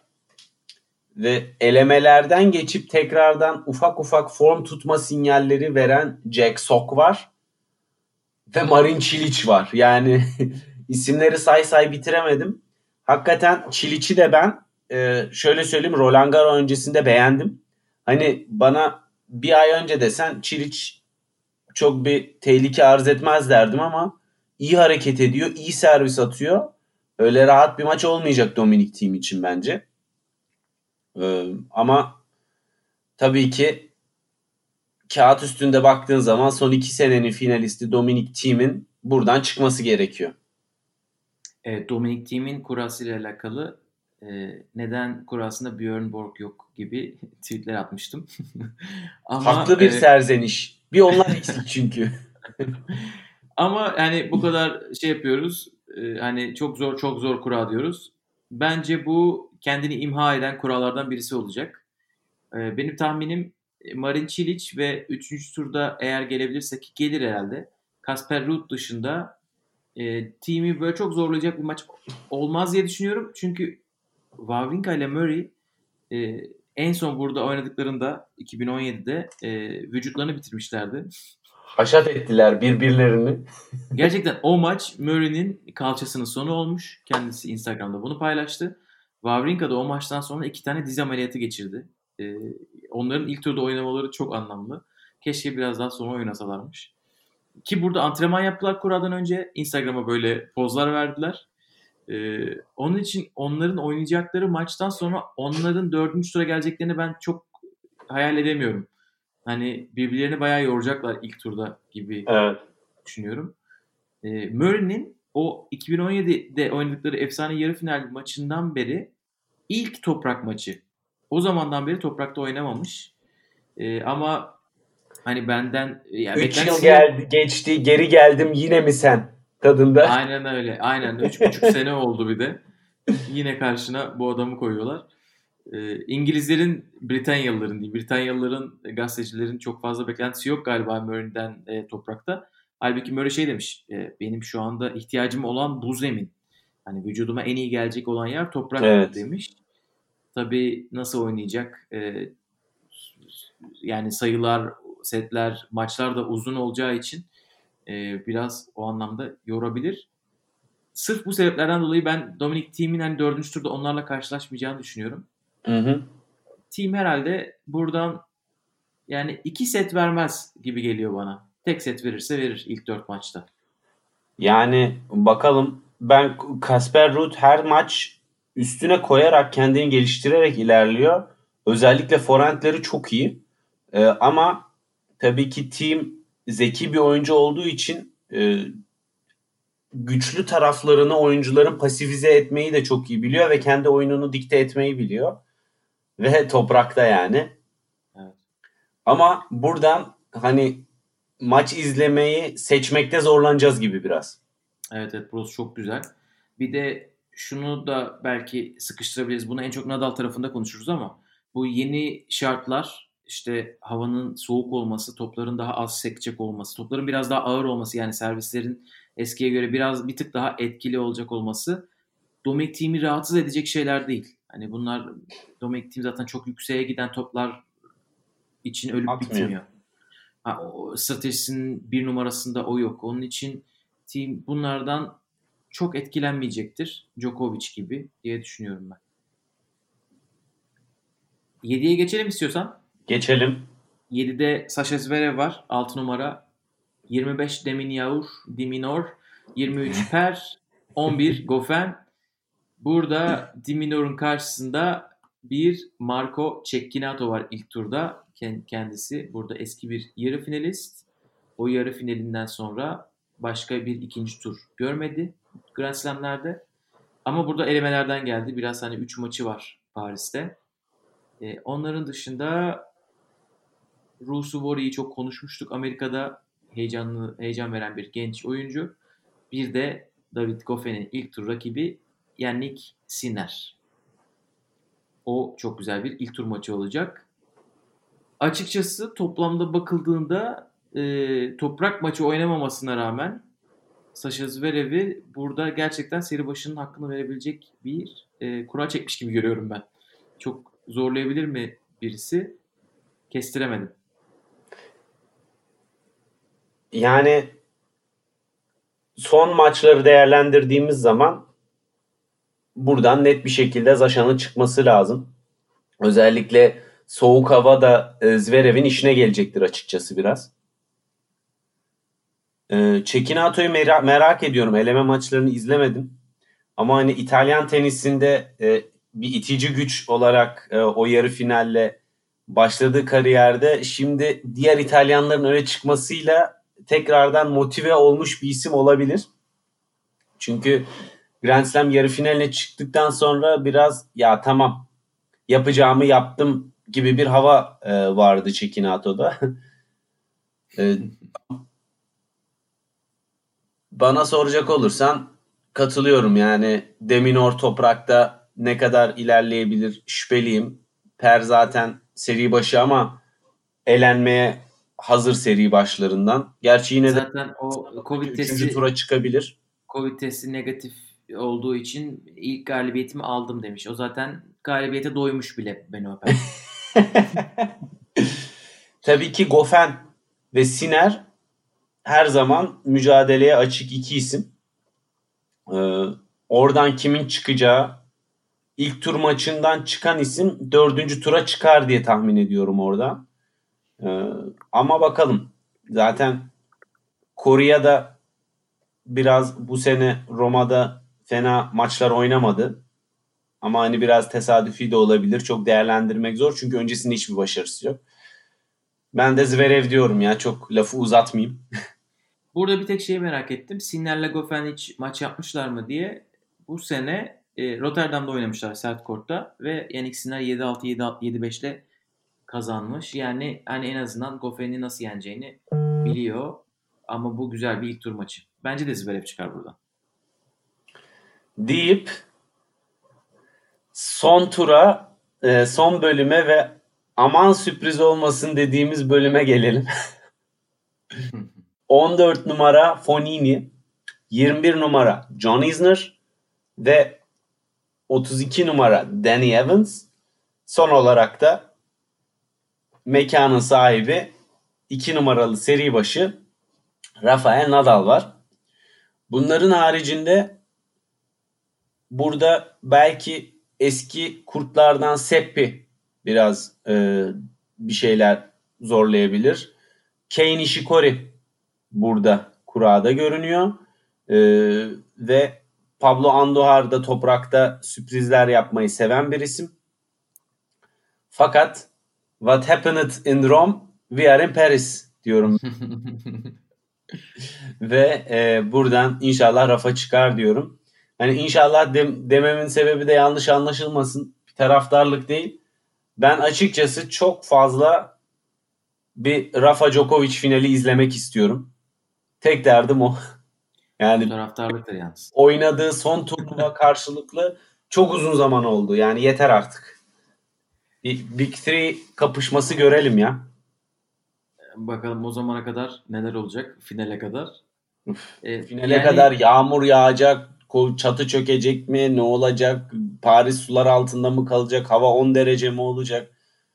Ve elemelerden geçip tekrardan ufak ufak form tutma sinyalleri veren Jack Sock var. Ve Marin Cilic var. Yani isimleri say say bitiremedim. Hakikaten Cilic'i de ben e, şöyle söyleyeyim Roland Garros öncesinde beğendim. Hani bana bir ay önce desen Cilic çok bir tehlike arz etmez derdim ama iyi hareket ediyor, iyi servis atıyor. Öyle rahat bir maç olmayacak Dominic Thiem için bence. Ee, ama tabii ki kağıt üstünde baktığın zaman son iki senenin finalisti Dominic Thiem'in buradan çıkması gerekiyor. Evet, Dominic Thiem'in kurası ile alakalı e, neden kurasında Björn Borg yok gibi tweetler atmıştım. Ama, Haklı bir e, serzeniş. Bir onlar eksik çünkü. Ama yani bu kadar şey yapıyoruz. e, hani çok zor çok zor kura diyoruz. Bence bu kendini imha eden kurallardan birisi olacak. E, benim tahminim e, Marin Cilic ve üçüncü turda eğer gelebilirse ki gelir herhalde. Casper Ruud dışında e, team'i böyle çok zorlayacak bir maç olmaz diye düşünüyorum. Çünkü Wawrinka ile Murray e, en son burada oynadıklarında iki bin on yedide e, vücutlarını bitirmişlerdi. Haşat ettiler birbirlerini. Gerçekten o maç Murray'nin kalçasının sonu olmuş. Kendisi Instagram'da bunu paylaştı. Wawrinka da o maçtan sonra iki tane diz ameliyatı geçirdi. E, onların ilk turda oynamaları çok anlamlı. Keşke biraz daha sonra oynasalarmış. Ki burada antrenman yaptılar kuradan önce. Instagram'a böyle pozlar verdiler. Ee, onun için onların oynayacakları maçtan sonra onların dördüncü tura geleceklerini ben çok hayal edemiyorum. Hani birbirlerini bayağı yoracaklar ilk turda gibi Evet. düşünüyorum. Ee, Murray'nin o iki bin on yedide oynadıkları efsane yarı final maçından beri ilk toprak maçı. O zamandan beri toprakta oynamamış. Ee, ama hani benden yani Üç yıl beklentisi- geldi, geçti, geri geldim yine mi sen tadında. Aynen öyle. Aynen. Üç buçuk sene oldu bir de. Yine karşına bu adamı koyuyorlar. Ee, İngilizlerin, Britanyalıların değil, Britanyalıların, e, gazetecilerin çok fazla beklentisi yok galiba Murray'den e, toprakta. Halbuki Murray şey demiş, e, benim şu anda ihtiyacım olan bu zemin. Hani vücuduma en iyi gelecek olan yer toprak Evet. demiş. Tabii nasıl oynayacak? E, yani sayılar, setler, maçlar da uzun olacağı için e, biraz o anlamda yorabilir. Sırf bu sebeplerden dolayı ben Dominic Thiem'in hani dördüncü turda onlarla karşılaşmayacağını düşünüyorum. Hı hı. Thiem herhalde buradan yani iki set vermez gibi geliyor bana. Tek set verirse verir ilk dört maçta. Yani bakalım, ben Casper Ruud her maç üstüne koyarak kendini geliştirerek ilerliyor. Özellikle forehandleri çok iyi. Ee, ama tabii ki Thiem zeki bir oyuncu olduğu için e, güçlü taraflarını oyuncuların pasifize etmeyi de çok iyi biliyor ve kendi oyununu dikte etmeyi biliyor. Ve toprakta yani. Evet. Ama buradan hani maç izlemeyi seçmekte zorlanacağız gibi biraz. Evet evet, burası çok güzel. Bir de şunu da belki sıkıştırabiliriz. Bunu en çok Nadal tarafında konuşuruz ama bu yeni şartlar, işte havanın soğuk olması, topların daha az sekecek olması, topların biraz daha ağır olması, yani servislerin eskiye göre biraz bir tık daha etkili olacak olması Dominic Thiem'i rahatsız edecek şeyler değil. Hani bunlar, Dominic Thiem zaten çok yükseğe giden toplar için ölüp Atmıyor. bitmiyor. Ha, o stratejisinin bir numarasında o yok. Onun için Thiem bunlardan çok etkilenmeyecektir. Djokovic gibi diye düşünüyorum ben. yediye geçelim istiyorsan. Geçelim. yedide Sasha Zverev var. altı numara. yirmi beş Deminaur, Diminor. yirmi üç Per. on bir Goffin. Burada Diminor'un karşısında bir Marco Cecchinato var ilk turda. Kendisi burada eski bir yarı finalist. O yarı finalinden sonra başka bir ikinci tur görmedi Grand Slam'lerde. Ama burada elemelerden geldi. Biraz hani üç maçı var Paris'te. Ee, onların dışında Rusu Vori'yi çok konuşmuştuk. Amerika'da heyecanlı, heyecan veren bir genç oyuncu. Bir de David Goffin'in ilk tur rakibi Yannick Sinner. O çok güzel bir ilk tur maçı olacak. Açıkçası toplamda bakıldığında e, toprak maçı oynamamasına rağmen Sasha Zverev'i burada gerçekten seri başının hakkını verebilecek bir e, kura çekmiş gibi görüyorum ben. Çok zorlayabilir mi birisi? Kestiremedim. Yani son maçları değerlendirdiğimiz zaman buradan net bir şekilde Sasha'nın çıkması lazım. Özellikle soğuk hava da e, Zverev'in işine gelecektir açıkçası biraz. E, Cecchinato mer- merak ediyorum. Eleme maçlarını izlemedim. Ama hani İtalyan tenisinde e, bir itici güç olarak e, o yarı finalle başladığı kariyerde şimdi diğer İtalyanların öne çıkmasıyla tekrardan motive olmuş bir isim olabilir. Çünkü Grand Slam yarı finaline çıktıktan sonra biraz ya tamam yapacağımı yaptım gibi bir hava e, vardı Cecchinato'da. e, Bana soracak olursan katılıyorum. Yani Deminor toprakta ne kadar ilerleyebilir şüpheliyim. Per zaten seri başı ama elenmeye hazır seri başlarından. Gerçi yine de Zaten o Covid üçüncü testi tura çıkabilir. Covid testi negatif olduğu için ilk galibiyetimi aldım demiş. O zaten galibiyete doymuş bile Benoît Per. Tabii ki Goffin ve Sinner her zaman mücadeleye açık iki isim. Ee, oradan kimin çıkacağı, ilk tur maçından çıkan isim dördüncü tura çıkar diye tahmin ediyorum orada. Ee, ama bakalım. Zaten Korea da biraz bu sene Roma'da fena maçlar oynamadı. Ama hani biraz tesadüfi de olabilir. Çok değerlendirmek zor çünkü öncesinde hiçbir başarısı yok. Ben de Zverev diyorum ya. Çok lafı uzatmayayım. Burada bir tek şeyi merak ettim. Sinner'le Goffin hiç maç yapmışlar mı diye. Bu sene e, Rotterdam'da oynamışlar sert kortta ve Yannick Sinner yedi altı yedi beş ile kazanmış. Yani hani en azından Goffin'i nasıl yeneceğini biliyor. Ama bu güzel bir ilk tur maçı. Bence de Zverev çıkar buradan. Deyip son tura, e, son bölüme ve aman sürpriz olmasın dediğimiz bölüme gelelim. on dört numara Fonini, yirmi bir numara John Isner ve otuz iki numara Danny Evans. Son olarak da mekanın sahibi iki numaralı seri başı Rafael Nadal var. Bunların haricinde burada belki eski kurtlardan Seppi biraz e, bir şeyler zorlayabilir. Kei Nishikori burada kurada görünüyor. E, ve Pablo Andujar da toprakta sürprizler yapmayı seven bir isim. Fakat what happened in Rome, we are in Paris diyorum. Ve e, buradan inşallah rafa çıkar diyorum. Hani inşallah dem- dememin sebebi de yanlış anlaşılmasın. Bir taraftarlık değil. Ben açıkçası çok fazla bir Rafa Djokovic finali izlemek istiyorum. Tek derdim o. Yani Taraftarlıktır yalnız. oynadığı son turnuva karşılıklı çok uzun zaman oldu. Yani yeter artık. Bir Big Three kapışması görelim ya. Bakalım o zamana kadar neler olacak finale kadar. E, Finale yani kadar yağmur yağacak, çatı çökecek mi, ne olacak, Paris sular altında mı kalacak, hava on derece mi olacak?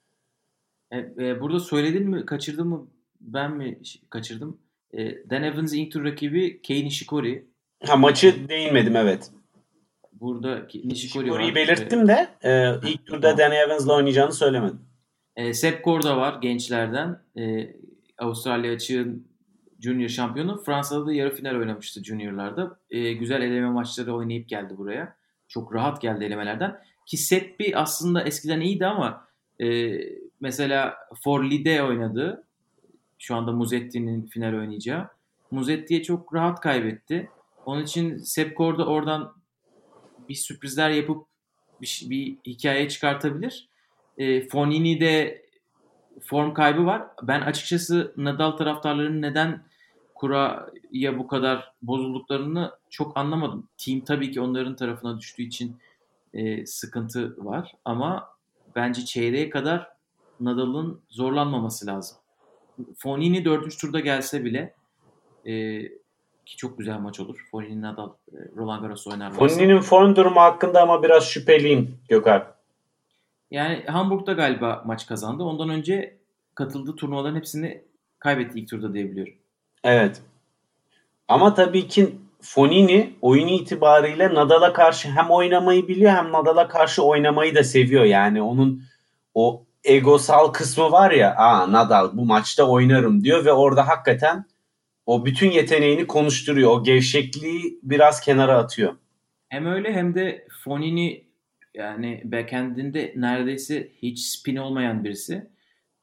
e, e, burada söyledin mi, kaçırdın mı? Ben mi ş- kaçırdım? E, Dan Evans ilk tur rakibi Kei Nishikori. Ha, maçı değinmedim, evet. Burada Ki- Nishikori Nishikori'yi var. belirttim de e, E, ilk turda tamam. Danny Evans'la oynayacağını söylemedim. E, Sepp Korda var gençlerden. E, Avustralya açığın Junior şampiyonu. Fransa'da da yarı final oynamıştı Junior'larda. E, güzel eleme maçları oynayıp geldi buraya. Çok rahat geldi elemelerden. Ki Seppi aslında eskiden iyiydi ama e, mesela Forli'de oynadı. Şu anda Musetti'nin final oynayacağı. Musetti'ye çok rahat kaybetti. Onun için Sepp Korda oradan bir sürprizler yapıp bir, bir hikaye çıkartabilir. E, Fonini'de form kaybı var. Ben açıkçası Nadal taraftarlarının neden kuraya bu kadar bozulduklarını çok anlamadım. Team tabii ki onların tarafına düştüğü için e, sıkıntı var ama bence çeyreğe kadar Nadal'ın zorlanmaması lazım. Fonini dördüncü turda gelse bile e, ki çok güzel maç olur. Fonini Nadal e, Roland Garros oynarlarsa. Fonini'nin form durumu hakkında ama biraz şüpheliyim Gökhan. Yani Hamburg'da galiba maç kazandı. Ondan önce katıldığı turnuvaların hepsini kaybetti ilk turda diyebiliyorum. Evet. Ama tabii ki Fonini oyunu itibariyle Nadal'a karşı hem oynamayı biliyor hem Nadal'a karşı oynamayı da seviyor. Yani onun o egosal kısmı var ya, aa Nadal bu maçta oynarım diyor ve orada hakikaten o bütün yeteneğini konuşturuyor. O gevşekliği biraz kenara atıyor. Hem öyle hem de Fonini yani backend'inde neredeyse hiç spin olmayan birisi.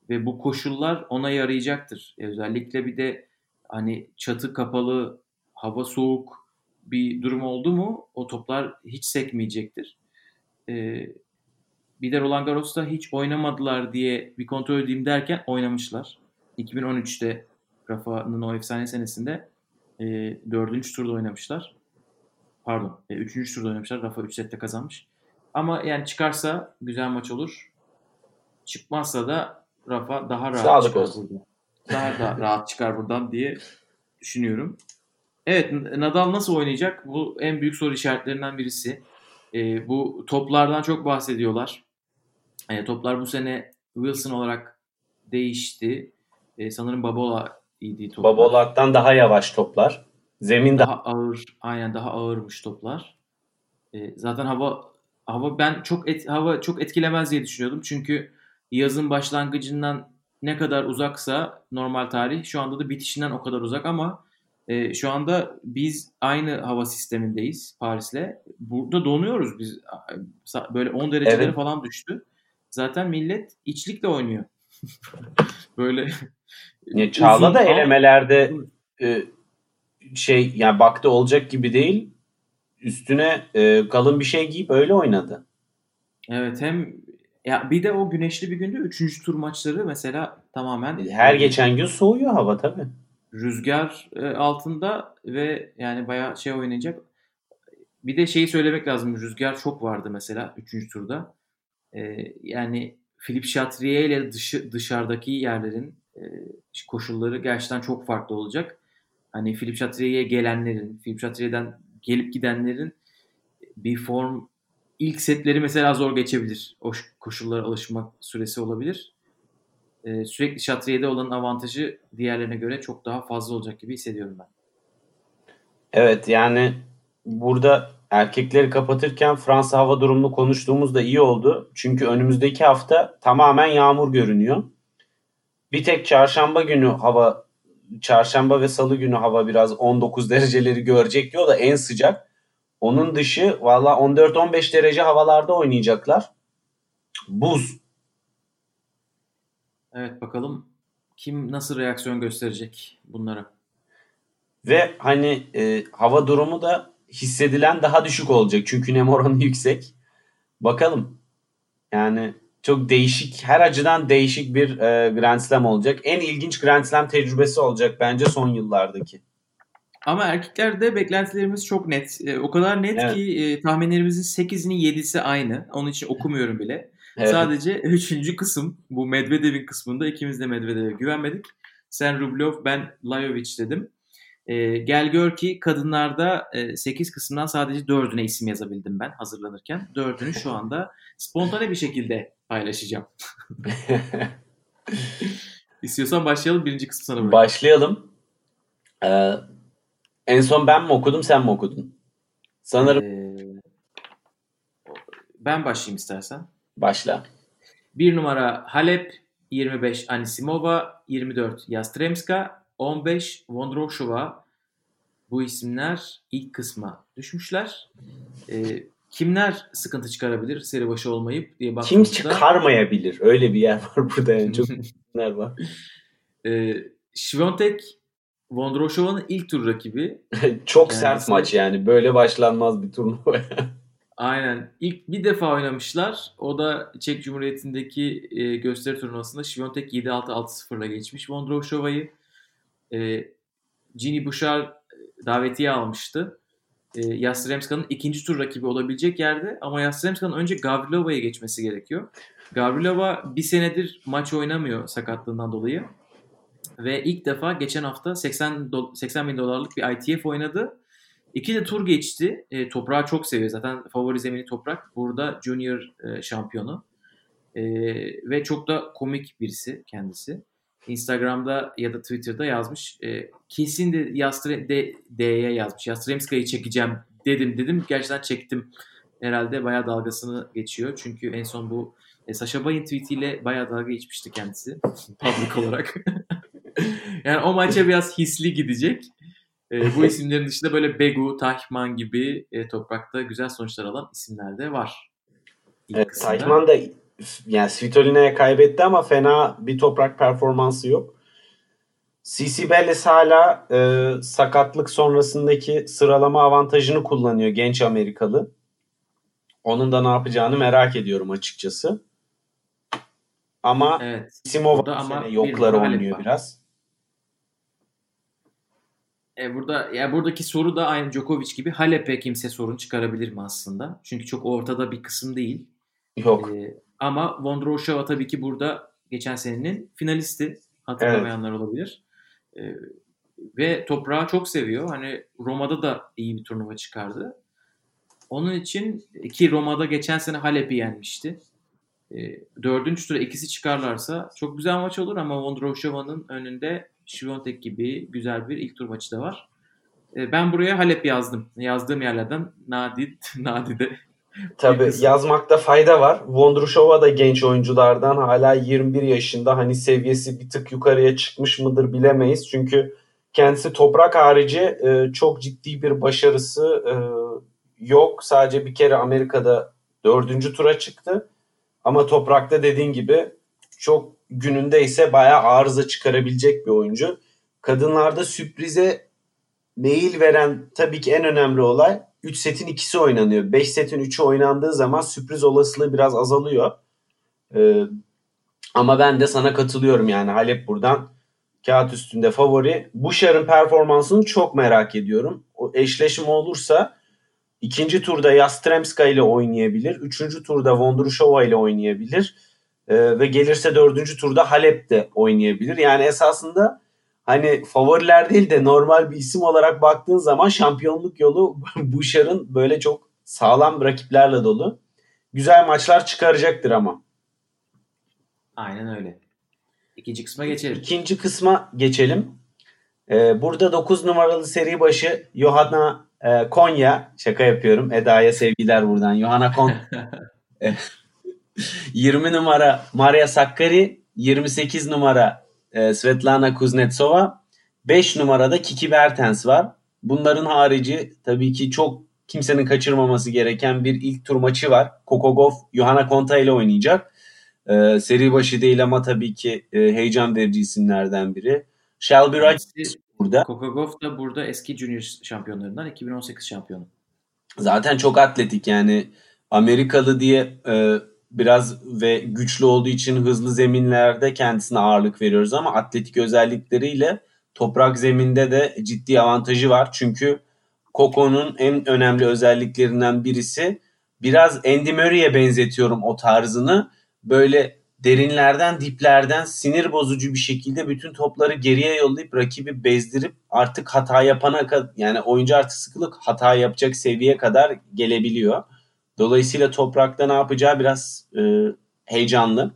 Ve bu koşullar ona yarayacaktır. E, özellikle bir de hani çatı kapalı, hava soğuk bir durum oldu mu o toplar hiç sekmeyecektir. E, Bir de Roland Garros'ta hiç oynamadılar diye bir kontrol edeyim derken oynamışlar. iki bin on üçte Rafa'nın o efsane senesinde e, dördüncü turda oynamışlar. Pardon, e, üçüncü turda oynamışlar. Rafa üç sette kazanmış. Ama yani çıkarsa güzel maç olur. Çıkmazsa da Rafa daha rahat Sağlık çıkar olsun. buradan. Daha da rahat çıkar buradan diye düşünüyorum. Evet, Nadal nasıl oynayacak? Bu en büyük soru işaretlerinden birisi. E, bu toplardan çok bahsediyorlar. E, toplar bu sene Wilson olarak değişti. E, sanırım Babola iyiydi toplar. Babolak'tan daha yavaş toplar. Zemin daha ağır, aynen daha ağırmış toplar. E, zaten hava hava ben çok et, hava çok etkilemez diye düşünüyordum. Çünkü yazın başlangıcından ne kadar uzaksa normal tarih şu anda da bitişinden o kadar uzak ama e, şu anda biz aynı hava sistemindeyiz Paris'le. Burada donuyoruz biz. Böyle on derecelere Evet. falan düştü. Zaten millet içlikle oynuyor. Böyle Ya Çağla da uzun, elemelerde e, şey yani baktı olacak gibi değil. Üstüne e, kalın bir şey giyip öyle oynadı. Evet, hem ya bir de o güneşli bir günde üçüncü tur maçları mesela tamamen Her e, geçen gün soğuyor hava tabii. rüzgar e, altında ve yani bayağı şey oynayacak. Bir de şeyi söylemek lazım. Rüzgar çok vardı mesela üçüncü turda. E, yani Philippe Chatrier ile dışı, dışarıdaki yerlerin e, koşulları gerçekten çok farklı olacak. Hani Philippe Chatrier'e gelenlerin, Philippe Chatrier'den gelip gidenlerin bir form ilk setleri mesela zor geçebilir. O koşullara alışmak süresi olabilir. Ee, sürekli Chatrier'de olan avantajı diğerlerine göre çok daha fazla olacak gibi hissediyorum ben. Evet yani burada erkekleri kapatırken Fransa hava durumunu konuştuğumuz da iyi oldu. Çünkü önümüzdeki hafta tamamen yağmur görünüyor. Bir tek çarşamba günü hava çarşamba ve salı günü hava biraz on dokuz dereceleri görecek diyor da en sıcak. Onun dışı valla on dört on beş derece havalarda oynayacaklar. Buz. Evet, bakalım kim nasıl reaksiyon gösterecek bunlara. Ve hani e, hava durumu da hissedilen daha düşük olacak. Çünkü nem oranı yüksek. Bakalım. Yani çok değişik, her açıdan değişik bir e, Grand Slam olacak. En ilginç Grand Slam tecrübesi olacak bence son yıllardaki. Ama erkeklerde beklentilerimiz çok net. E, o kadar net Evet. ki e, tahminlerimizin sekizinin yedisi aynı. Onun için okumuyorum bile. Evet. Sadece üçüncü kısım, bu Medvedev'in kısmında ikimiz de Medvedev'e güvenmedik. Sen Rublev, ben Lajovic dedim. E, gel gör ki kadınlarda e, sekiz kısımdan sadece dördüne isim yazabildim ben hazırlanırken. Dördünü şu anda spontane bir şekilde paylaşacağım. İstiyorsan başlayalım. Birinci kısmı sana bırakayım. Başlayalım. Ee, en son ben mi okudum, sen mi okudun? Sanırım. Ee, ben başlayayım istersen. Başla. Bir numara Halep, yirmi beş Anisimova, yirmi dört Yastremska, on beş Vondrousova. Bu isimler ilk kısma düşmüşler. Ee, kimler sıkıntı çıkarabilir seri başı olmayıp diye Kim baktığımızda. çıkarmayabilir? Öyle bir yer var burada yani. Çok isimler var. Ee, Świątek Vondrousova'nın ilk tur rakibi. Çok Kendisi. sert maç yani. Böyle başlanmaz bir turnuva. Aynen. İlk bir defa oynamışlar. O da Çek Cumhuriyeti'ndeki e, gösteri turnuvasında Świątek yedi altı altı sıfırla geçmiş Vondrousova'yı. E, Ginny Bouchard davetiye almıştı. E, Yastremska'nın ikinci tur rakibi olabilecek yerde ama Yastremska'nın önce Gavrilova'ya geçmesi gerekiyor. Gavrilova bir senedir maç oynamıyor sakatlığından dolayı. Ve ilk defa geçen hafta seksen, do- seksen bin dolarlık bir I T F oynadı. İki de tur geçti. E, toprağı çok seviyor. Zaten favori zemini toprak. Burada junior e, şampiyonu. E, ve çok da komik birisi kendisi. Instagram'da ya da Twitter'da yazmış. E, kesin de Yastre, de, D'ye yazmış. Yastremska'yı çekeceğim dedim dedim. Gerçekten çektim. Herhalde bayağı dalgasını geçiyor. Çünkü en son bu e, Sasha Bay'ın tweetiyle bayağı dalga geçmişti kendisi. Public olarak. Yani o maça biraz hisli gidecek. E, bu isimlerin dışında böyle Begu, Taychman gibi e, toprakta güzel sonuçlar alan isimler de var. Evet, Taychman da yani Svitolina'ya kaybetti ama fena bir toprak performansı yok. Tsitsipas hala e, sakatlık sonrasındaki sıralama avantajını kullanıyor, genç Amerikalı. Onun da ne yapacağını merak ediyorum açıkçası. Ama Evet. Simova Burada bu sene ama bir yoklar numara Halep oynuyor var. biraz. E burada ya buradaki soru da aynı Djokovic gibi Halep'e kimse sorun çıkarabilir mi aslında? Çünkü çok ortada bir kısım değil. Yok. E, ama Vondrousova tabii ki burada geçen senenin finalisti. Evet. Hatırlamayanlar olabilir. E, ve toprağı çok seviyor. Hani Roma'da da iyi bir turnuva çıkardı. Onun için ki Roma'da geçen sene Halep'i yenmişti. E, dördüncü tura ikisi çıkarlarsa çok güzel maç olur ama Vondrousova'nın önünde Świątek gibi güzel bir ilk tur maçı da var. E, ben buraya Halep yazdım. Yazdığım yerlerden Nadi, Nadi'de bir Tabii kısım. yazmakta fayda var. Vondrushova da genç oyunculardan, hala yirmi bir yaşında. Hani seviyesi bir tık yukarıya çıkmış mıdır bilemeyiz. Çünkü kendisi toprak harici e, çok ciddi bir başarısı e, yok. Sadece bir kere Amerika'da dördüncü tura çıktı. Ama toprakta dediğin gibi çok gününde ise bayağı arıza çıkarabilecek bir oyuncu. Kadınlarda sürprize meyil veren tabii ki en önemli olay, üç setin ikisi oynanıyor. beş setin üçü oynandığı zaman sürpriz olasılığı biraz azalıyor. Ee, ama ben de sana katılıyorum, yani Halep buradan kağıt üstünde favori. Boucher'ın performansını çok merak ediyorum. O eşleşme olursa ikinci turda Yastremska ile oynayabilir. Üçüncü turda Vondrushova ile oynayabilir. Ee, ve gelirse dördüncü turda Halep de oynayabilir. Yani esasında hani favoriler değil de normal bir isim olarak baktığın zaman şampiyonluk yolu Boucher'ın böyle çok sağlam rakiplerle dolu. Güzel maçlar çıkaracaktır ama. Aynen öyle. İkinci kısma geçelim. İkinci kısma geçelim. Ee, burada dokuz numaralı seri başı Johanna e, Konya. Şaka yapıyorum. Eda'ya sevgiler buradan. Johanna Konya. yirmi numara Maria Sakkari, yirmi sekiz numara e, Svetlana Kuznetsova, beş numarada Kiki Bertens var. Bunların harici tabii ki çok kimsenin kaçırmaması gereken bir ilk tur maçı var. Kokogov Johanna Konta ile oynayacak. E, seri başı değil ama tabii ki e, heyecan verici isimlerden biri. Shelby Rogers Kendisi burada. Kokogov da burada eski junior şampiyonlarından iki bin on sekiz şampiyonu. Zaten çok atletik, yani Amerikalı diye e, biraz ve güçlü olduğu için hızlı zeminlerde kendisine ağırlık veriyoruz ama atletik özellikleriyle toprak zeminde de ciddi avantajı var. Çünkü Coco'nun en önemli özelliklerinden birisi, biraz Andy Murray'e benzetiyorum o tarzını. Böyle derinlerden, diplerden sinir bozucu bir şekilde bütün topları geriye yollayıp rakibi bezdirip artık hata yapana kadar, yani oyuncu artık sıkılıp hata yapacak seviyeye kadar gelebiliyor. Dolayısıyla toprakta ne yapacağı biraz e, heyecanlı.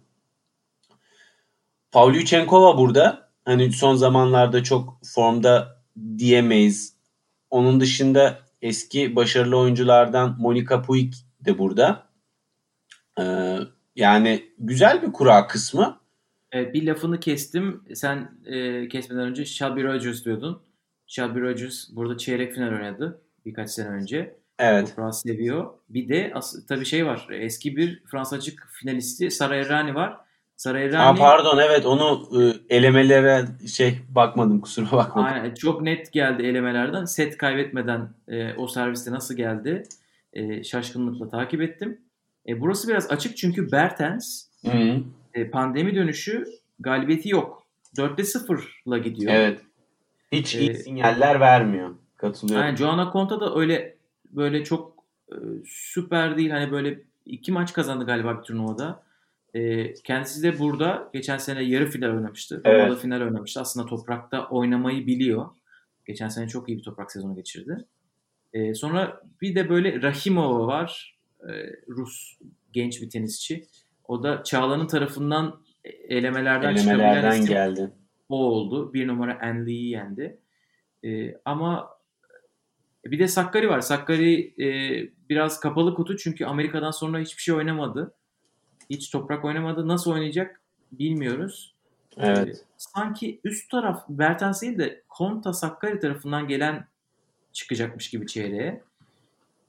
Pavlyuchenkova burada. Hani son zamanlarda çok formda diyemeyiz. Onun dışında eski başarılı oyunculardan Monica Puig de burada. Ee, yani güzel bir kura kısmı. Evet, bir lafını kestim. Sen e, kesmeden önce Shelby Rogers diyordun. Shelby Rogers burada çeyrek final oynadı birkaç sene önce. Evet. Toprağı seviyor. Bir de as- tabii şey var. Eski bir Fransa açık finalisti Sara Errani var. Sara Ha, Errani pardon, evet, onu e, elemelere şey bakmadım, kusura bakma. aynen, çok net geldi elemelerden. Set kaybetmeden e, o serviste nasıl geldi? E, şaşkınlıkla takip ettim. E, burası biraz açık çünkü Bertens Hı-hı. e, pandemi dönüşü galibiyeti yok. dörtte sıfırla gidiyor. Evet. Hiç iyi E, sinyaller vermiyor. Katılıyorum. yani Johanna Konta da öyle böyle çok e, süper değil. Hani böyle iki maç kazandı galiba bir turnuvada. E, kendisi de burada geçen sene yarı final oynamıştı. Roma'da Evet. final oynamıştı. Aslında toprakta oynamayı biliyor. Geçen sene çok iyi bir toprak sezonu geçirdi. E, sonra bir de böyle Rahimova var. E, Rus genç bir tenisçi. O da Çağla'nın tarafından elemelerden çıkabilen Elemelerden isim geldi. o oldu. Bir numara Enli'yi yendi. E, ama bir de Sakkari var. Sakkari e, biraz kapalı kutu çünkü Amerika'dan sonra hiçbir şey oynamadı. Hiç toprak oynamadı. Nasıl oynayacak bilmiyoruz. E, Evet. sanki üst taraf Bertens değil de Konta Sakkari tarafından gelen çıkacakmış gibi çeyreğe.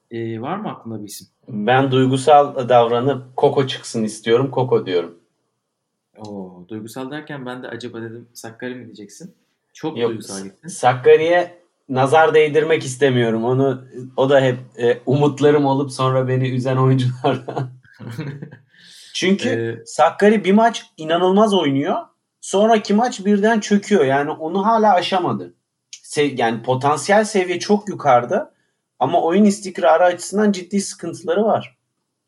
Ee, var mı aklında bir isim? Ben duygusal davranıp Koko çıksın istiyorum. Koko diyorum. Oo, duygusal derken ben de acaba dedim Sakkari mi diyeceksin? Çok Yok, duygusal gittin. Sakkari'ye nazar değdirmek istemiyorum. Onu o da hep e, umutlarım olup sonra beni üzen oyunculardan. Çünkü Ee, Sakkari bir maç inanılmaz oynuyor. Sonraki maç birden çöküyor. Yani onu hala aşamadı. Se- yani potansiyel seviye çok yukarıda ama oyun istikrarı açısından ciddi sıkıntıları var.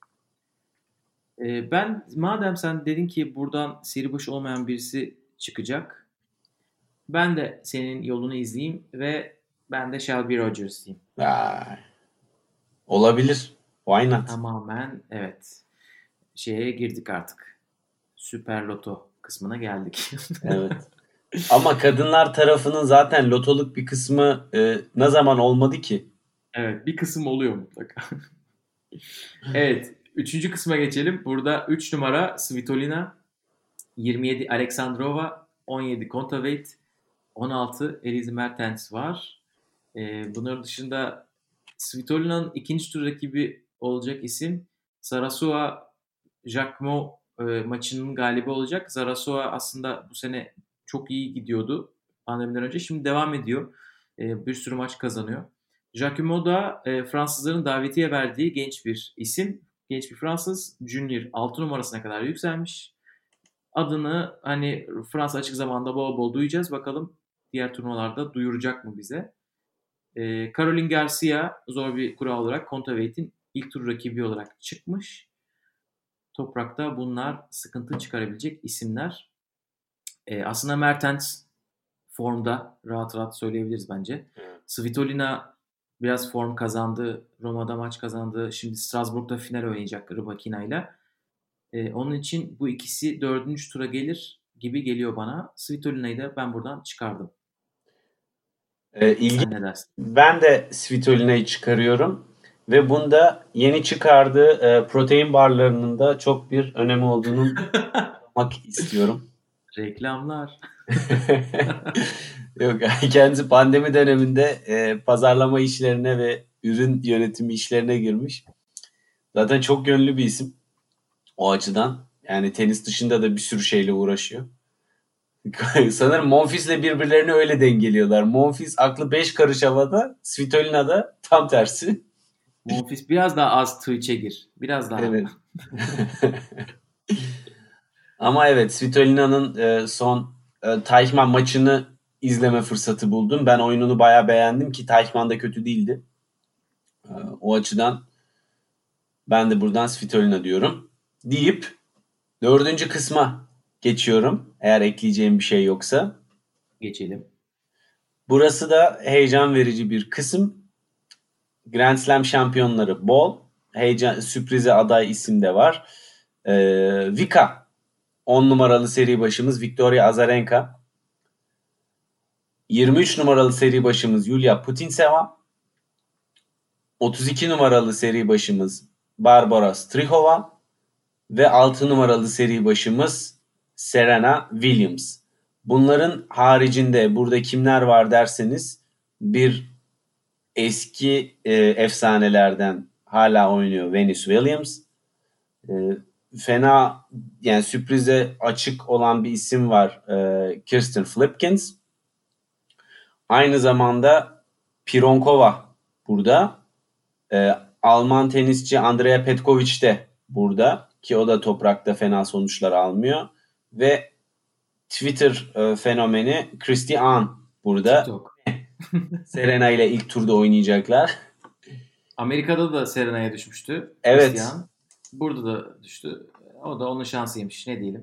e, ben madem sen dedin ki buradan seri başı olmayan birisi çıkacak. Ben de senin yolunu izleyeyim ve ben de Shelby Rogers diyeyim. Vay, olabilir. Why not? Tamamen evet. Şeye girdik artık. Süper Loto kısmına geldik. Evet. Ama kadınlar tarafının zaten lotoluk bir kısmı e, ne zaman olmadı ki? Evet, bir kısım oluyor mutlaka. Evet, üçüncü kısma geçelim. Burada üç numara Svitolina, yirmi yedi Alexandrova, on yedi Kontaveit, on altı Elise Mertens var. Ee, bunların dışında Svitolina'nın ikinci tur rakibi olacak isim Sarasua Jacquemot e, maçının galibi olacak. Sarasua aslında bu sene çok iyi gidiyordu pandemiden önce. Şimdi devam ediyor. E, bir sürü maç kazanıyor. Jacquemot da e, Fransızların davetiye verdiği genç bir isim. Genç bir Fransız. Junior altı numarasına kadar yükselmiş. Adını hani Fransa açık zamanda bol bol duyacağız. Bakalım diğer turnuvalarda duyuracak mı bize? E, Caroline Garcia zor bir kura olarak Kontaveit'in ilk tur rakibi olarak çıkmış. Toprakta bunlar sıkıntı çıkarabilecek isimler. E, aslında Mertens formda rahat rahat söyleyebiliriz bence. Svitolina biraz form kazandı. Roma'da maç kazandı. Şimdi Strasbourg'da final oynayacak Rybakina ile. E, onun için bu ikisi dördüncü tura gelir gibi geliyor bana. Svitolina'yı da ben buradan çıkardım. E, ilgi Sen ne dersin? Ben de Svitolina'yı çıkarıyorum ve bunda yeni çıkardığı e, protein barlarının da çok bir önemi olduğunu anlatmak istiyorum. Reklamlar. Yok, kendisi pandemi döneminde e, pazarlama işlerine ve ürün yönetimi işlerine girmiş. Zaten çok gönüllü bir isim o açıdan. Yani tenis dışında da bir sürü şeyle uğraşıyor. Sanırım Monfils'le birbirlerini öyle dengeliyorlar. Monfils aklı beş karış havada, Svitolina da tam tersi. Monfils biraz daha az Twitch'e gir. Biraz daha. Evet. Ama evet, Svitolina'nın e, son e, Teichmann maçını izleme fırsatı buldum. Ben oyununu bayağı beğendim ki Teichmann da kötü değildi. E, o açıdan ben de buradan Svitolina diyorum. Deyip dördüncü kısma geçiyorum. Eğer ekleyeceğim bir şey yoksa. Geçelim. Burası da heyecan verici bir kısım. Grand Slam şampiyonları bol. Heyecan, sürprize aday isim de var. E, Vika on numaralı seri başımız Victoria Azarenka. yirmi üç numaralı seri başımız Yulia Putintseva. otuz iki numaralı seri başımız Barbara Strihova ve altı numaralı seri başımız Serena Williams. Bunların haricinde burada kimler var derseniz bir eski e, efsanelerden hala oynuyor Venus Williams. E, fena yani sürprize açık olan bir isim var e, Kirsten Flipkens. Aynı zamanda Pironkova burada. Ee, Alman tenisçi Andrea Petkovic de burada ki o da toprakta fena sonuçlar almıyor. Ve Twitter e, fenomeni Christy Ahn burada. TikTok. Serena ile ilk turda oynayacaklar. Amerika'da da Serena'ya düşmüştü Evet. Christian. Burada da düştü. O da onun şansıymış. Ne diyelim.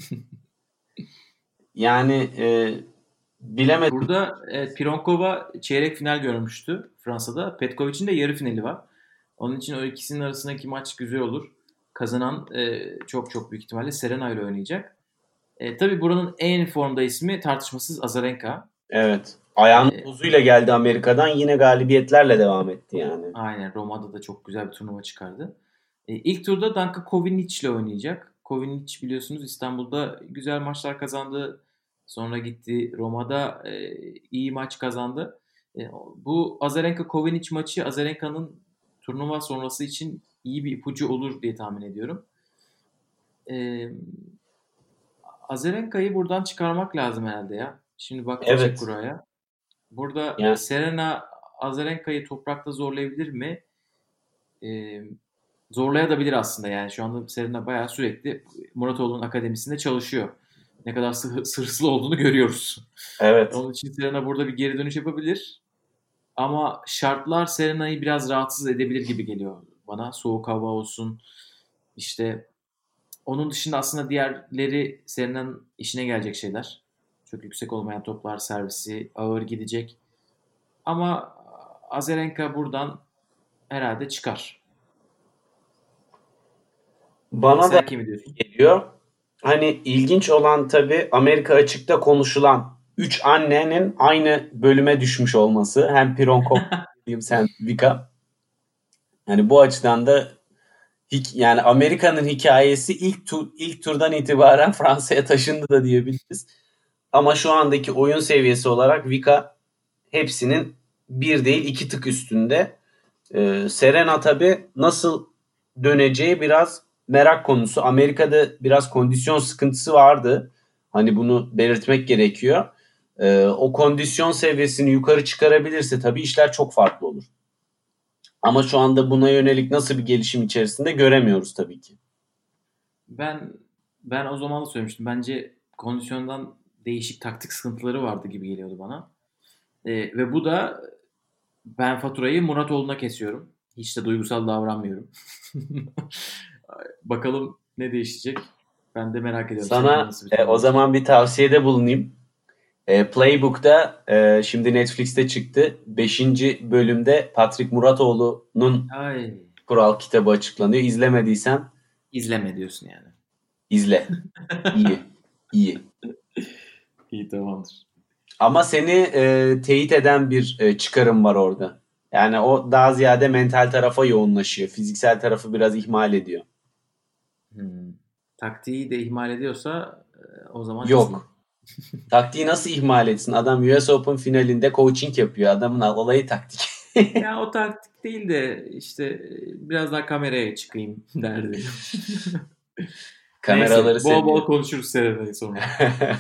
Yani e, bilemedim. Burada evet, Pironkova çeyrek final görmüştü Fransa'da. Petkovic'in de yarı finali var. Onun için o ikisinin arasındaki maç güzel olur. Kazanan e, çok çok büyük ihtimalle Serena ile oynayacak. E, tabii buranın en formda ismi tartışmasız Azarenka. Evet. Ayağının E, tozuyla geldi Amerika'dan. Yine galibiyetlerle devam etti yani. aynen Roma'da da çok güzel bir turnuva çıkardı. E, ilk turda Danka Kovinic ile oynayacak. Kovinic biliyorsunuz İstanbul'da güzel maçlar kazandı. Sonra gitti Roma'da e, iyi maç kazandı. E, bu Azarenka Kovinic maçı Azarenka'nın turnuva sonrası için iyi bir ipucu olur diye tahmin ediyorum. Ee, Azarenka'yı buradan çıkarmak lazım herhalde ya. Şimdi baktım çek Evet. kuraya. Burada Yani Serena Azarenka'yı toprakta zorlayabilir mi? Ee, Zorlayabilir aslında yani. Şu anda Serena bayağı sürekli Muratoğlu'nun akademisinde çalışıyor. Ne kadar sı- sırsılı olduğunu görüyoruz. evet. Onun için Serena burada bir geri dönüş yapabilir. Ama şartlar Serena'yı biraz rahatsız edebilir gibi geliyor bana. Soğuk hava olsun. İşte onun dışında aslında diğerleri Serena'nın işine gelecek şeyler. Çok yüksek olmayan toplar, servisi ağır gidecek. Ama Azarenka buradan herhalde çıkar. Bana da Sen kimi diyorsun? geliyor. Hani ilginç olan tabii Amerika açıkta konuşulan üç annenin aynı bölüme düşmüş olması. Hem Pironkov hem Vika. Yani bu açıdan da hik- yani Amerika'nın hikayesi ilk tur ilk turdan itibaren Fransa'ya taşındı da diyebiliriz. Ama şu andaki oyun seviyesi olarak Vika hepsinin bir değil iki tık üstünde. Ee, Serena tabii nasıl döneceği biraz merak konusu. Amerika'da biraz kondisyon sıkıntısı vardı. Hani bunu belirtmek gerekiyor. Ee, o kondisyon seviyesini yukarı çıkarabilirse tabii işler çok farklı olur. Ama şu anda buna yönelik nasıl bir gelişim içerisinde göremiyoruz tabii ki. Ben ben o zaman da söylemiştim. Bence kondisyondan değişik taktik sıkıntıları vardı gibi geliyordu bana. Ee, ve bu da ben faturayı Muratoğlu'na kesiyorum. Hiç de duygusal davranmıyorum. Bakalım ne değişecek. Ben de merak ediyorum Serena Sana nasıl bir e, turnuva o geçecek. zaman bir tavsiyede bulunayım. E, Playbook'ta e, şimdi Netflix'te çıktı. Beşinci bölümde Patrick Muratoğlu'nun Ay, kural kitabı açıklanıyor. İzlemediysen izleme diyorsun yani. izle. İyi. İyi. İyi, tamamdır. Ama seni e, teyit eden bir e, çıkarım var orada. Yani o daha ziyade mental tarafa yoğunlaşıyor. Fiziksel tarafı biraz ihmal ediyor. Hmm. Taktiği de ihmal ediyorsa e, o zaman izleyeyim. Yok. Taktiği nasıl ihmal etsin? Adam U S Open finalinde coaching yapıyor. Adamın olayı taktik. Ya o taktik değil de işte e, biraz daha kameraya çıkayım derdi. Neyse, Kameraları bol bol seviyor. konuşuruz Serena'yı sonra.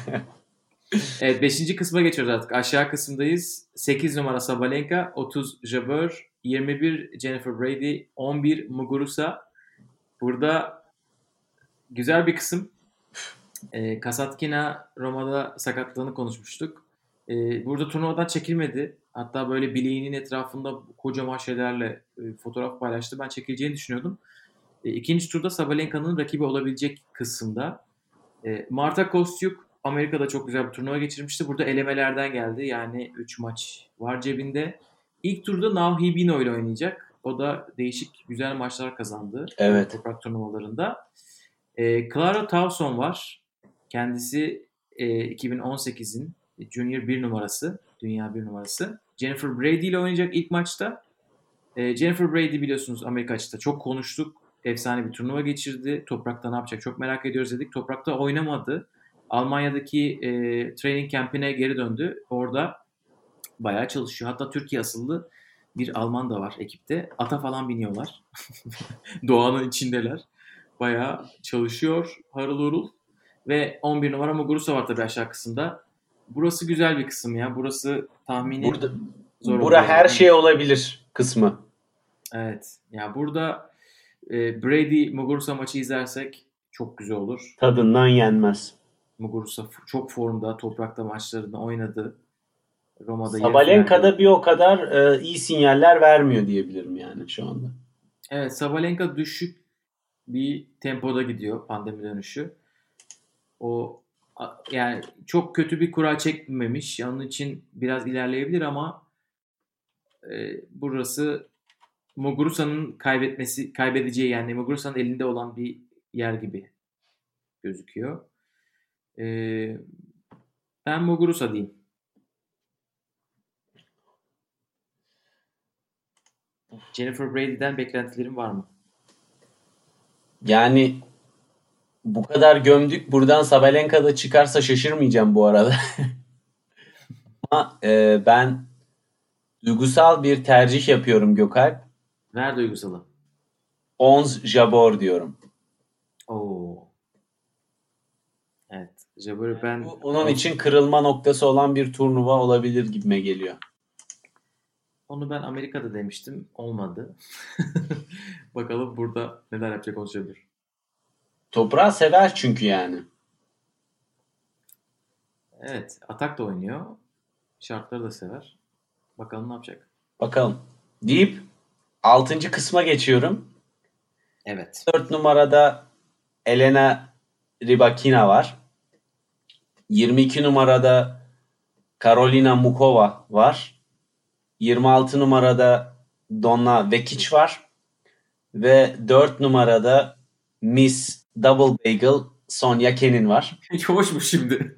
Evet, beşinci kısma geçiyoruz artık. Aşağı kısımdayız. sekiz numara Sabalenka, otuz Jabeur, yirmi bir Jennifer Brady, on bir Muguruza. Burada güzel bir kısım. E, Kasatkina Roma'da sakatlığını konuşmuştuk. E, burada turnuvadan çekilmedi. Hatta böyle bileğinin etrafında kocaman şeylerle e, fotoğraf paylaştı. Ben çekileceğini düşünüyordum. E, ikinci turda Sabalenka'nın rakibi olabilecek kısımda. E, Marta Kostyuk Amerika'da çok güzel bir turnuva geçirmişti. Burada elemelerden geldi. Yani üç maç var cebinde. İlk turda Now Hibino ile oynayacak. O da değişik güzel maçlar kazandı e, Evet. toprak turnuvalarında. E, Clara Tauson var. Kendisi e, iki bin on sekizin Junior bir numarası. Dünya bir numarası. Jennifer Brady ile oynayacak ilk maçta. E, Jennifer Brady biliyorsunuz Amerika açıkta çok konuştuk. Efsane bir turnuva geçirdi. Toprakta ne yapacak çok merak ediyoruz dedik. Toprakta oynamadı. Almanya'daki e, training camp'ine geri döndü. Orada bayağı çalışıyor. Hatta Türkiye asıllı bir Alman da var ekipte. Ata falan biniyorlar. Doğanın içindeler. Bayağı çalışıyor harıl hurul. Ve on bir numara Muguruza var tabii aşağı kısımda. Burası güzel bir kısım ya. Burası tahmini Burada zor bura her olabileceğinden bir şey kısım. olabilir kısmı. Evet. Ya burada e, Brady Muguruza maçı izlersek çok güzel olur. Tadından yenmez. Muguruza f- çok formda, toprakta maçlarını oynadı. Roma'da yarı finalde Sabalenka'da bir oynadı. o kadar e, iyi sinyaller vermiyor diyebilirim yani şu anda. Evet, Sabalenka düşük bir tempoda gidiyor pandemi dönüşü. O a- yani çok kötü bir kura çekmemiş. Onun için biraz ilerleyebilir ama e, burası Muguruza'nın kaybetmesi kaybedeceği yani Muguruza'nın elinde olan bir yer gibi gözüküyor. E, Ben Muguruza diyeyim. Jennifer Brady'den beklentilerin var mı? Yani bu kadar gömdük. Buradan Sabalenka'da çıkarsa şaşırmayacağım bu arada. Ama e, ben duygusal bir tercih yapıyorum Gökalp. Ver duygusalı. Ons Jabeur diyorum. Oo. Evet. Jabber'ı ben... Bu onun için kırılma noktası olan bir turnuva olabilir gibime geliyor. Onu ben Amerika'da demiştim. Olmadı. Bakalım burada neler yapacak Ons Jabber. Toprağı sever çünkü yani. Evet. Atak da oynuyor. Şartları da sever. Bakalım ne yapacak. Bakalım. Deyip altıncı kısma geçiyorum. Evet. dört numarada Elena Rybakina var. yirmi iki numarada Karolina Mukova var. yirmi altı numarada Donna Vekic var. Ve dört numarada Miss Double Bagel Sonya Kenin var. Hiç hoş mu şimdi?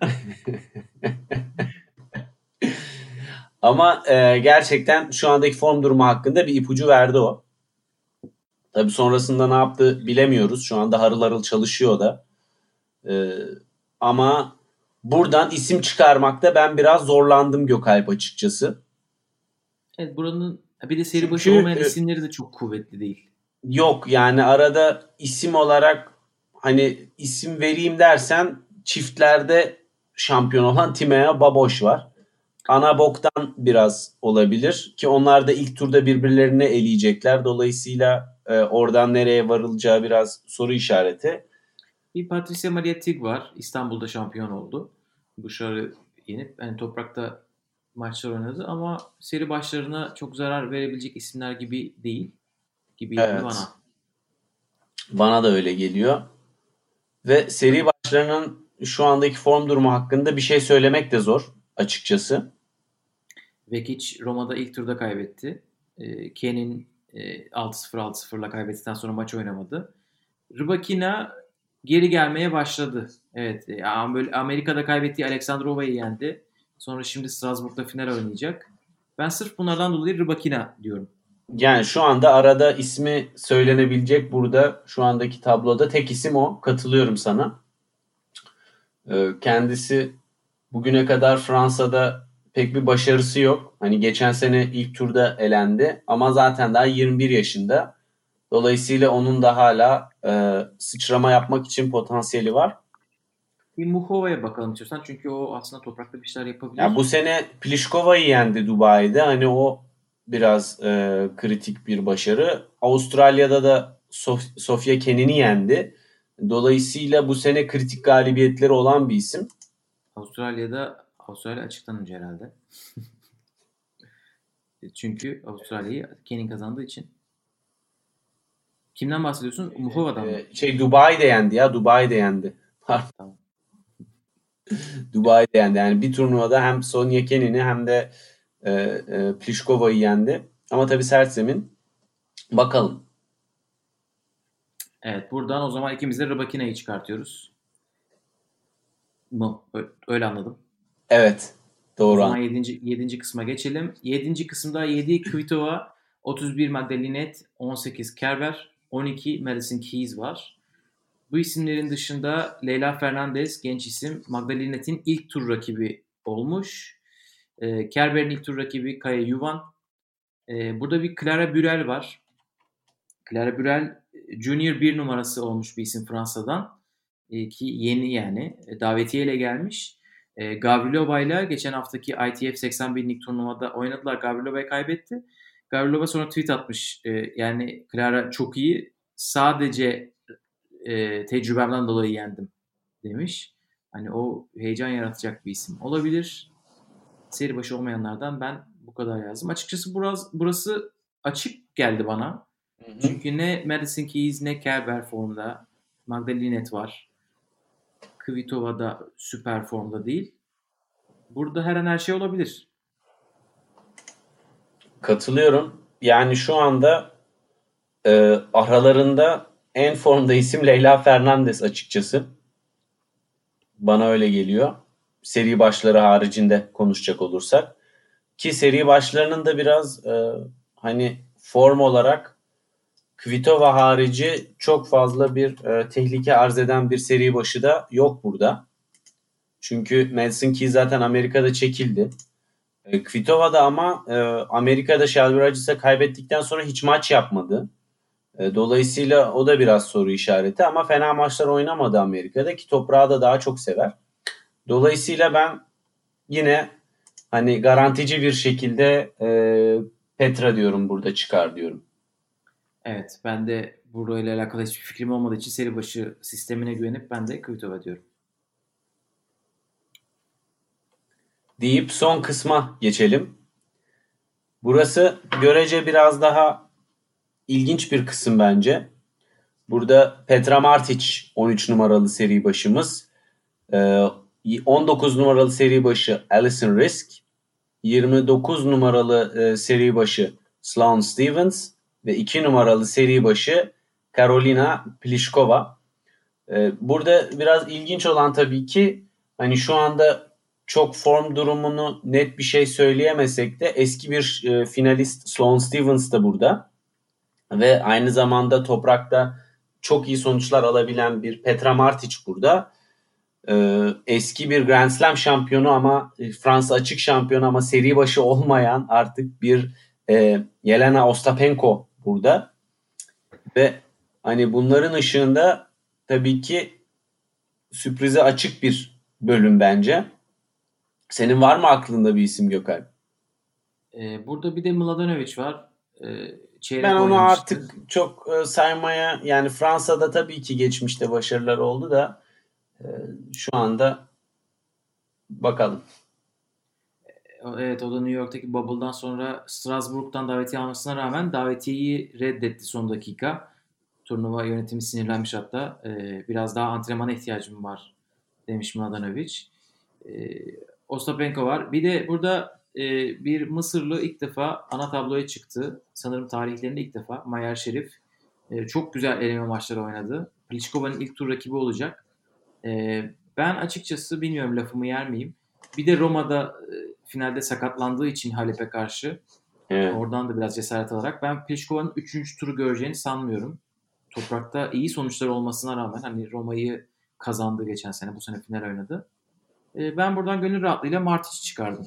Ama e, gerçekten şu andaki form durumu hakkında bir ipucu verdi o. Tabii sonrasında ne yaptı bilemiyoruz. Şu anda harıl harıl çalışıyor da. E, ama buradan isim çıkarmakta ben biraz zorlandım Gökalp açıkçası. Evet, buranın bir de seri Çünkü, başı olmayan e, isimleri de çok kuvvetli değil. Yok yani arada isim olarak hani isim vereyim dersen çiftlerde şampiyon olan Timea Baboş var. Ana boktan biraz olabilir ki onlar da ilk turda birbirlerini eleyecekler. Dolayısıyla e, oradan nereye varılacağı biraz soru işareti. Bir Patricia Maria Tig var. İstanbul'da şampiyon oldu. Buşar'ı yenip yani toprakta maçlar oynadı ama seri başlarına çok zarar verebilecek isimler gibi değil. Gibi geldi Evet. bana. Bana da öyle geliyor. Ve seri başlarının şu andaki form durumu hakkında bir şey söylemek de zor açıkçası. Vekic Roma'da ilk turda kaybetti. E, Kenin e, altı sıfır altı sıfırla kaybettikten sonra maç oynamadı. Rybakina geri gelmeye başladı. Evet, e, Am- Amerika'da kaybettiği Aleksandrova'yı yendi. Sonra şimdi Strasbourg'da final oynayacak. Ben sırf bunlardan dolayı Rybakina diyorum. Yani şu anda arada ismi söylenebilecek burada şu andaki tabloda tek isim o. Katılıyorum sana. Ee, kendisi bugüne kadar Fransa'da pek bir başarısı yok. Hani geçen sene ilk turda elendi ama zaten daha yirmi bir yaşında. Dolayısıyla onun da hala e, sıçrama yapmak için potansiyeli var. Bir Muhova'ya bakalım istiyorsan. Çünkü o aslında toprakta bir şeyler yapabilir. Yani bu sene Pliškova'yı yendi Dubai'de. Hani o biraz e, kritik bir başarı. Avustralya'da da Sof- Sofia Kenin'i yendi. Dolayısıyla bu sene kritik galibiyetleri olan bir isim. Avustralya'da Avustralya açıktan önce herhalde. Çünkü Avustralya'yı Kenin kazandığı için. Kimden bahsediyorsun? Muhova'dan mı? E, şey Dubai'de yendi ya. Dubai'de yendi. Tamam. Dubai'de yendi. Yani bir turnuvada hem Sonia Kenin'i hem de e, e, Pliškova'yı yendi. Ama tabii sert zemin. Bakalım. Evet, buradan o zaman ikimiz de Rybakina'yı çıkartıyoruz. Mu? Ö- Öyle anladım. Evet. O Doğru. zaman yedinci yedinci kısma geçelim. yedinci kısımda yedi Kvitova, otuz bir Magdalinet, on sekiz Kerber, on iki Madison Keys var. Bu isimlerin dışında Leyla Fernandez genç isim Magdalinet'in ilk tur rakibi olmuş. E, Kerber'in ilk tur rakibi Kaya Yuvan. E, burada bir Clara Burel var. Clara Burel Junior bir numarası olmuş bir isim Fransa'dan. E, ki yeni yani. E, davetiyeyle gelmiş. E, Gavrilova ile geçen haftaki I T F seksen binlik turnuvada oynadılar. Gavrilova kaybetti. Gavrilova sonra tweet atmış. E, yani Clara çok iyi. Sadece e, tecrübemden dolayı yendim demiş. Hani o heyecan yaratacak bir isim olabilir. Seri başı olmayanlardan ben bu kadar yazdım. Açıkçası burası, burası açık geldi bana. Hı hı. Çünkü ne Madison Keys ne Kerber formda. Magdalinet var. Kvitova da süper formda değil. Burada her an her şey olabilir. Katılıyorum. Yani şu anda e, aralarında en formda isim Leyla Fernandez açıkçası. Bana öyle geliyor. Seri başları haricinde konuşacak olursak. Ki seri başlarının da biraz e, hani form olarak Kvitova harici çok fazla bir e, tehlike arz eden bir seri başı da yok burada. Çünkü Madison Keys zaten Amerika'da çekildi. E, Kvitova da ama e, Amerika'da Shelby Rogers kaybettikten sonra hiç maç yapmadı. E, dolayısıyla o da biraz soru işareti ama fena maçlar oynamadı Amerika'da ki toprağı da daha çok sever. Dolayısıyla ben yine hani garantici bir şekilde e, Petra diyorum, burada çıkar diyorum. Evet, ben de burayla alakalı hiçbir fikrim olmadığı için seri başı sistemine güvenip ben de Kvitova diyorum. Deyip son kısma geçelim. Burası görece biraz daha ilginç bir kısım bence. Burada Petra Martic on üç numaralı seri başımız. Ee, on dokuz numaralı seri başı Alison Risk. yirmi dokuz numaralı e, seri başı Sloane Stevens. Ve iki numaralı seri başı Karolina Pliskova. Ee, burada biraz ilginç olan tabii ki hani şu anda çok form durumunu net bir şey söyleyemesek de eski bir e, finalist Sloane Stevens da burada. Ve aynı zamanda toprakta çok iyi sonuçlar alabilen bir Petra Martic burada. Ee, eski bir Grand Slam şampiyonu ama e, Fransa açık şampiyonu ama seri başı olmayan artık bir e, Yelena Ostapenko burada. Ve hani bunların ışığında tabii ki sürprize açık bir bölüm bence. Senin var mı aklında bir isim Gökhan? Ee, burada bir de Mladenovic var. Ee, çeyrek Ben onu oynamıştı. artık çok e, saymaya, yani Fransa'da tabii ki geçmişte başarılar oldu da e, şu anda bakalım. Evet, o da New York'taki Bubble'dan sonra Strasbourg'dan davetiye almasına rağmen davetiyeyi reddetti son dakika. Turnuva yönetimi sinirlenmiş hatta. Ee, biraz daha antrenmana ihtiyacım var demiş Mladenovic. Ee, Ostapenko var. Bir de burada e, bir Mısırlı ilk defa ana tabloya çıktı. Sanırım tarihlerinde ilk defa. Mayer Şerif. E, çok güzel eleme maçları oynadı. Pliškova'nın ilk tur rakibi olacak. E, ben açıkçası bilmiyorum, lafımı yer miyim? Bir de Roma'da e, finalde sakatlandığı için Halep'e karşı Evet. oradan da biraz cesaret alarak ben Pliškova'nın üçüncü turu göreceğini sanmıyorum. Toprakta iyi sonuçlar olmasına rağmen hani Roma'yı kazandı geçen sene, bu sene final oynadı. E, ben buradan gönül rahatlığıyla Martic'i çıkardım.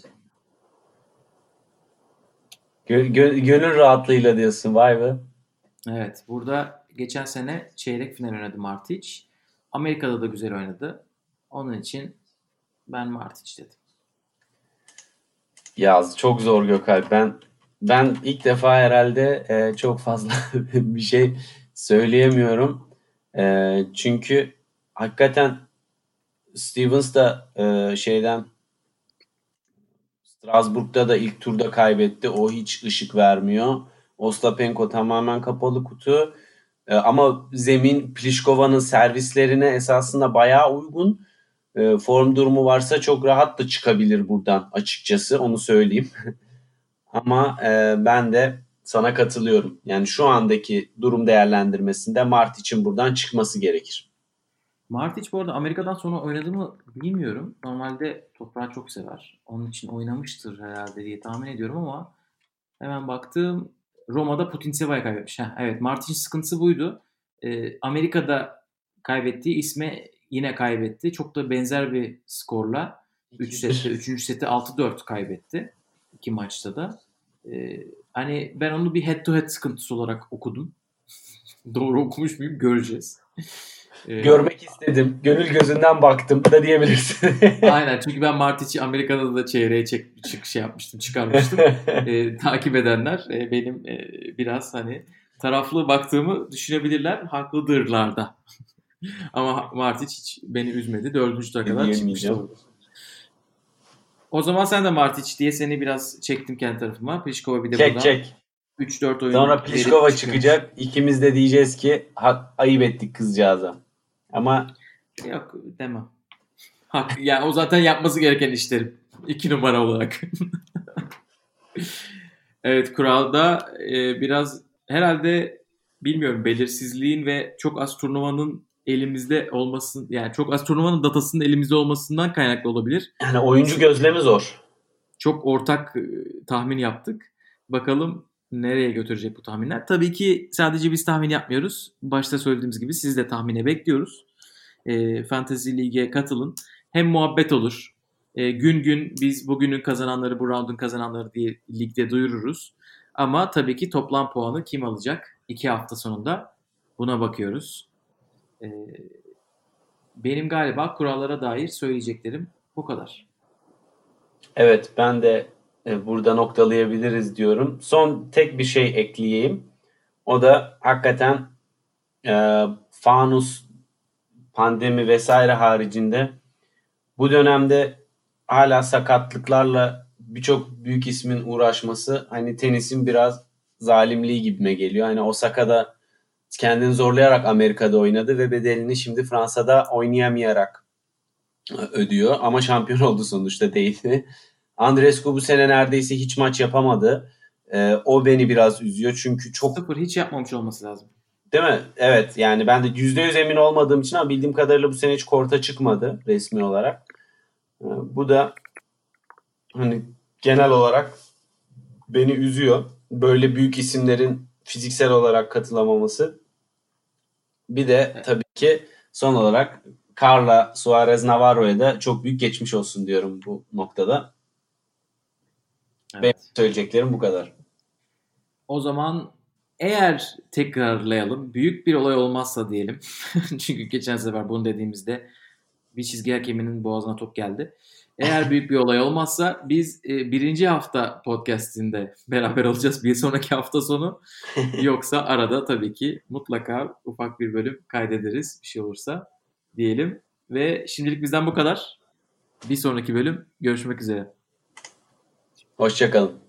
Gö- gö- gönül rahatlığıyla diyorsun, vay be. Evet, burada geçen sene çeyrek final oynadı Martic. Amerika'da da güzel oynadı. Onun için ben Martic dedim. Yaz çok zor Gökalp. Ben ben ilk defa herhalde e, çok fazla bir şey söyleyemiyorum. E, çünkü hakikaten Stevens da e, şeyden Strasbourg'da da ilk turda kaybetti. O hiç ışık vermiyor. Ostapenko tamamen kapalı kutu. E, ama zemin Pliškova'nın servislerine esasında bayağı uygun. E, form durumu varsa çok rahat da çıkabilir buradan açıkçası. Onu söyleyeyim. Ama e, ben de sana katılıyorum. Yani şu andaki durum değerlendirmesinde Mart için buradan çıkması gerekir. Martic bu arada Amerika'dan sonra oynadı mı bilmiyorum. Normalde toprağı çok sever. Onun için oynamıştır herhalde diye tahmin ediyorum ama hemen baktım, Roma'da Putintseva'ya kaybetmiş. Heh, evet, Martic'in sıkıntısı buydu. Ee, Amerika'da kaybettiği isme yine kaybetti. Çok da benzer bir skorla üç sette, üçüncü seti altı dört kaybetti. İki maçta da. Ee, hani ben onu bir head to head sıkıntısı olarak okudum. Doğru okumuş muyum göreceğiz. Ee, Görmek istedim. Gönül gözünden baktım da diyebilirsin. Aynen, çünkü ben Martic'i Amerika'da da çeyreğe çek, çık şey yapmıştım, çıkarmıştım. Ee, takip edenler e, benim e, biraz hani taraflı baktığımı düşünebilirler. Haklıdırlar da. Ama Martic hiç beni üzmedi. Dördüncü tura kadar çıkmıştı Diyemeyeceğim. orada. O zaman sen de Martic diye seni biraz çektim kendi tarafıma. Pliškova bir de Çek buradan çek. üç dört oyun Sonra verip Pliškova çıkıyormuş. çıkacak. İkimiz de diyeceğiz ki ha, ayıp ettik kızcağıza. Ama Yok demem. Hak, yani o zaten yapması gereken işlerim. İki numara olarak. Evet, kuralda e, biraz herhalde bilmiyorum, belirsizliğin ve çok az turnuvanın elimizde olmasın, yani çok az turnuvanın datasının elimizde olmasından kaynaklı olabilir. yani oyuncu gözlemi zor. Çok ortak e, tahmin yaptık. Bakalım nereye götürecek bu tahminler. Tabii ki sadece biz tahmin yapmıyoruz. Başta söylediğimiz gibi siz de tahmine bekliyoruz. E, Fantasy Lig'e katılın. Hem muhabbet olur, E, gün gün biz bugünün kazananları, bu round'un kazananları diye ligde duyururuz. Ama tabii ki toplam puanı kim alacak? İki hafta sonunda buna bakıyoruz. E, benim galiba kurallara dair söyleyeceklerim bu kadar. Evet, ben de e, burada noktalayabiliriz diyorum. Son tek bir şey ekleyeyim. O da hakikaten e, fanus, pandemi vesaire haricinde bu dönemde hala sakatlıklarla birçok büyük ismin uğraşması hani tenisin biraz zalimliği gibime geliyor. Hani Osaka da kendini zorlayarak Amerika'da oynadı ve bedelini şimdi Fransa'da oynayamayarak ödüyor. Ama şampiyon oldu sonuçta, değildi. Andreescu bu sene neredeyse hiç maç yapamadı. Ee, o beni biraz üzüyor çünkü çok... Sıfır hiç yapmamış olması lazım. Değil mi? Evet, yani ben de yüzde yüz emin olmadığım için ama bildiğim kadarıyla bu sene hiç korta çıkmadı resmi olarak. Ee, bu da hani genel olarak beni üzüyor. Böyle büyük isimlerin fiziksel olarak katılamaması. Bir de tabii ki son olarak Carla Suarez Navarro'ya da çok büyük geçmiş olsun diyorum bu noktada. Evet. Benim söyleyeceklerim bu kadar. O zaman eğer tekrarlayalım, büyük bir olay olmazsa diyelim. Çünkü geçen sefer bunu dediğimizde bir çizgi hakeminin boğazına top geldi. Eğer büyük bir olay olmazsa biz e, birinci hafta podcastinde beraber olacağız bir sonraki hafta sonu. Yoksa arada tabii ki mutlaka ufak bir bölüm kaydederiz bir şey olursa diyelim. Ve şimdilik bizden bu kadar. Bir sonraki bölüm görüşmek üzere. Hoşça kalın.